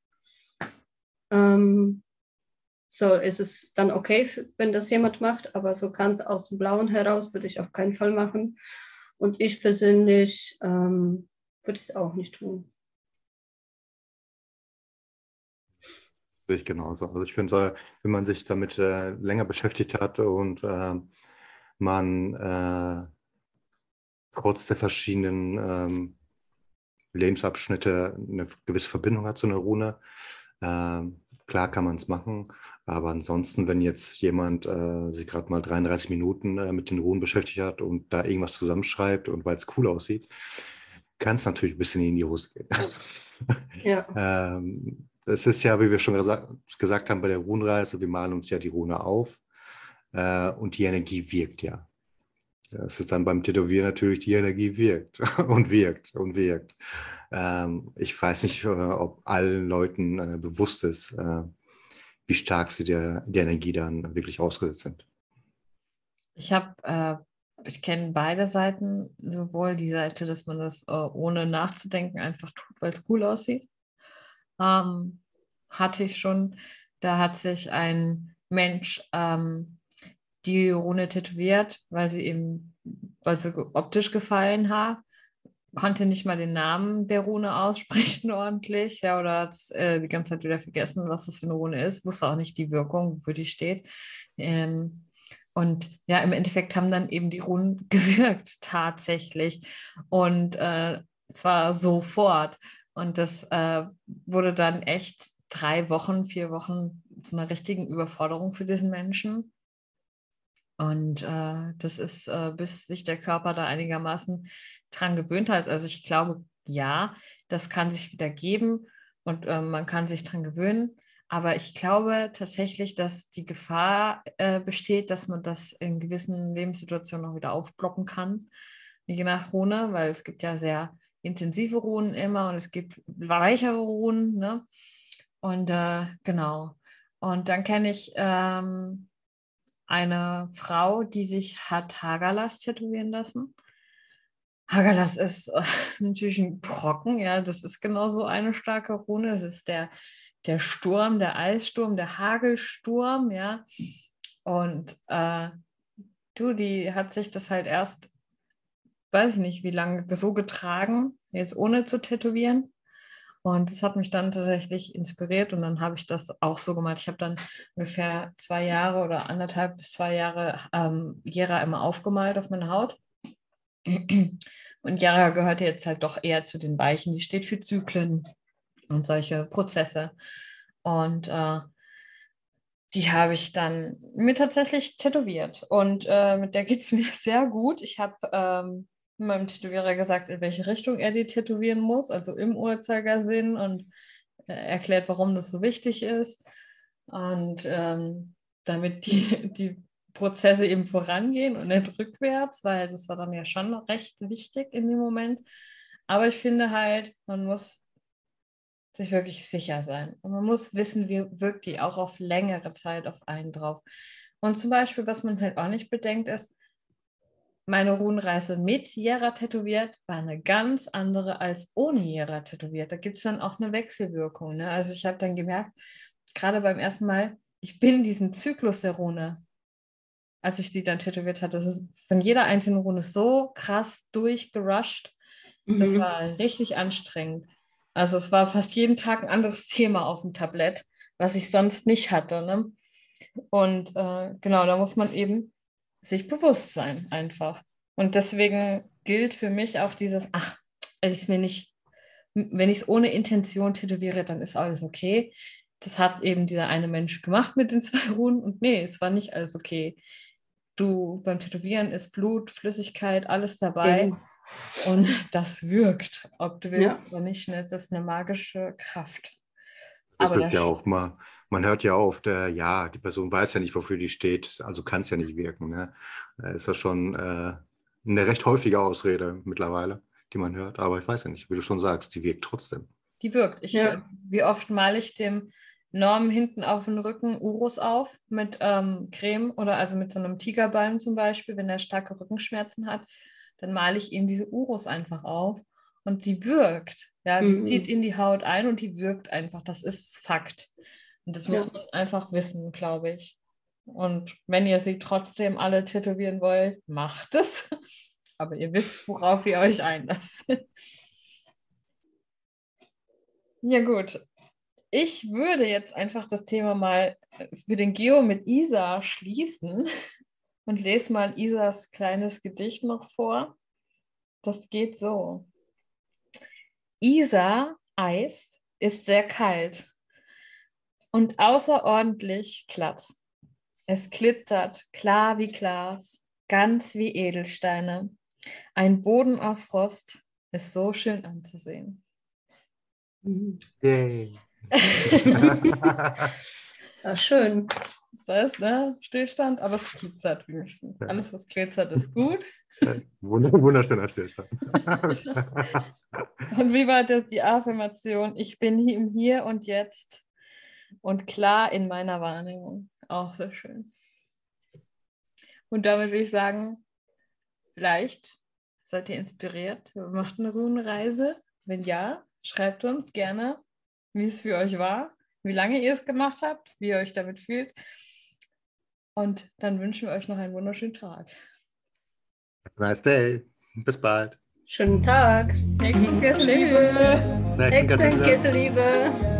ähm, so ist es dann okay, wenn das jemand macht, aber so ganz aus dem Blauen heraus würde ich auf keinen Fall machen. Und ich persönlich ähm, würde es auch nicht tun. Sehe ich genauso. Also ich finde, wenn man sich damit äh, länger beschäftigt hat und äh, man äh, trotz der verschiedenen ähm, Lebensabschnitte eine gewisse Verbindung hat zu einer Rune, äh, klar kann man es machen. Aber ansonsten, wenn jetzt jemand äh, sich gerade mal dreiunddreißig Minuten äh, mit den Runen beschäftigt hat und da irgendwas zusammenschreibt und weil es cool aussieht, kann es natürlich ein bisschen in die Hose gehen. Ja. ähm, es ist ja, wie wir schon gesagt, gesagt haben bei der Runenreise, wir malen uns ja die Rune auf äh, und die Energie wirkt ja. Ja, es ist dann beim Tätowieren natürlich, die Energie wirkt und wirkt und wirkt. Ähm, ich weiß nicht, äh, ob allen Leuten äh, bewusst ist, äh, wie stark sie der, der Energie dann wirklich ausgesetzt sind. Ich habe, äh, ich kenne beide Seiten, sowohl die Seite, dass man das äh, ohne nachzudenken einfach tut, weil es cool aussieht. Ähm, hatte ich schon. Da hat sich ein Mensch ähm, die Rune tätowiert, weil sie eben, weil sie optisch gefallen hat, konnte nicht mal den Namen der Rune aussprechen ordentlich, ja, oder hat es äh, die ganze Zeit wieder vergessen, was das für eine Rune ist, wusste auch nicht die Wirkung, wofür die steht. Ähm, und ja, im Endeffekt haben dann eben die Runen gewirkt, tatsächlich. Und äh, zwar sofort. Und das äh, wurde dann echt drei Wochen, vier Wochen zu einer richtigen Überforderung für diesen Menschen. Und äh, das ist, äh, bis sich der Körper da einigermaßen dran gewöhnt hat. Also ich glaube, ja, das kann sich wieder geben und äh, man kann sich dran gewöhnen. Aber ich glaube tatsächlich, dass die Gefahr äh, besteht, dass man das in gewissen Lebenssituationen auch wieder aufblocken kann, je nach Rune, weil es gibt ja sehr intensive Runen immer und es gibt weichere Runen, ne? Und äh, genau. Und dann kenne ich ähm, eine Frau, die sich hat Hagalas tätowieren lassen. Hagalas ist äh, natürlich ein Brocken, ja, das ist genauso eine starke Rune. Es ist der, der Sturm, der Eissturm, der Hagelsturm, ja. Und äh, du, die hat sich das halt erst, weiß ich nicht, wie lange so getragen, jetzt ohne zu tätowieren. Und das hat mich dann tatsächlich inspiriert und dann habe ich das auch so gemacht. Ich habe dann ungefähr zwei Jahre oder anderthalb bis zwei Jahre ähm, Jera immer aufgemalt auf meine Haut. Und Jera gehört jetzt halt doch eher zu den Weichen. Die steht für Zyklen und solche Prozesse. Und äh, die habe ich dann mir tatsächlich tätowiert. Und äh, mit der geht es mir sehr gut. Ich habe ähm, meinem Tätowierer gesagt, in welche Richtung er die tätowieren muss, also im Uhrzeigersinn und äh, erklärt, warum das so wichtig ist. Und ähm, damit die, die Prozesse eben vorangehen und nicht rückwärts, weil das war dann ja schon recht wichtig in dem Moment. Aber ich finde halt, man muss sich wirklich sicher sein. Und man muss wissen, wie wirkt die auch auf längere Zeit auf einen drauf. Und zum Beispiel, was man halt auch nicht bedenkt, ist, meine Runenreise mit Jera tätowiert war eine ganz andere als ohne Jera tätowiert. Da gibt es dann auch eine Wechselwirkung. Ne? Also ich habe dann gemerkt, gerade beim ersten Mal, ich bin diesen Zyklus der Rune, als ich die dann tätowiert hatte, das ist von jeder einzelnen Rune so krass durchgerusht. Das Mhm. war richtig anstrengend. Also es war fast jeden Tag ein anderes Thema auf dem Tablett, was ich sonst nicht hatte. Ne? Und äh, genau, da muss man eben sich bewusst sein einfach. Und deswegen gilt für mich auch dieses, ach, ist mir nicht, wenn ich es ohne Intention tätowiere, dann ist alles okay. Das hat eben dieser eine Mensch gemacht mit den zwei Runen und nee, es war nicht alles okay. Du, beim Tätowieren ist Blut, Flüssigkeit, alles dabei. Eben. Und das wirkt, ob du willst Ja. oder nicht. Es ist eine magische Kraft. Das Aber ist das, ja auch mal, man hört ja oft, äh, ja, die Person weiß ja nicht, wofür die steht, also kann es ja nicht wirken. Ne? Äh, ist das schon äh, eine recht häufige Ausrede mittlerweile, die man hört. Aber ich weiß ja nicht, wie du schon sagst, die wirkt trotzdem. die wirkt. Ich, Ja. wie oft male ich dem Norm hinten auf den Rücken Urus auf mit ähm, Creme oder also mit so einem Tigerbalm zum Beispiel, wenn er starke Rückenschmerzen hat, dann male ich ihm diese Urus einfach auf und die wirkt. Ja, die Mhm. zieht in die Haut ein und die wirkt einfach. Das ist Fakt. Und das muss Ja. man einfach wissen, glaube ich. Und wenn ihr sie trotzdem alle tätowieren wollt, macht es. Aber ihr wisst, worauf ihr euch einlasst. Ja, gut. Ich würde jetzt einfach das Thema mal für den Geo mit Isa schließen und lese mal Isas kleines Gedicht noch vor. Das geht so. Isa, Eis, ist sehr kalt und außerordentlich glatt. Es glitzert klar wie Glas, ganz wie Edelsteine. Ein Boden aus Frost ist so schön anzusehen. Mhm. Yay. Ja, schön. Das heißt, ne, Stillstand, aber es glitzert wenigstens. Ja. Alles, was glitzert, ist gut. Wunderschöner Stillstand. Und wie war das die Affirmation? Ich bin hier im Hier und Jetzt und klar in meiner Wahrnehmung. Auch sehr schön. Und damit will ich sagen, vielleicht seid ihr inspiriert. Macht eine Runenreise. Wenn ja, schreibt uns gerne, wie es für euch war, wie lange ihr es gemacht habt, wie ihr euch damit fühlt. Und dann wünschen wir euch noch einen wunderschönen Tag. Nice day. Bis bald. Schönen Tag. Hexenkessel-Liebe. Hexenkessel-Liebe. Hexenkessel-Liebe.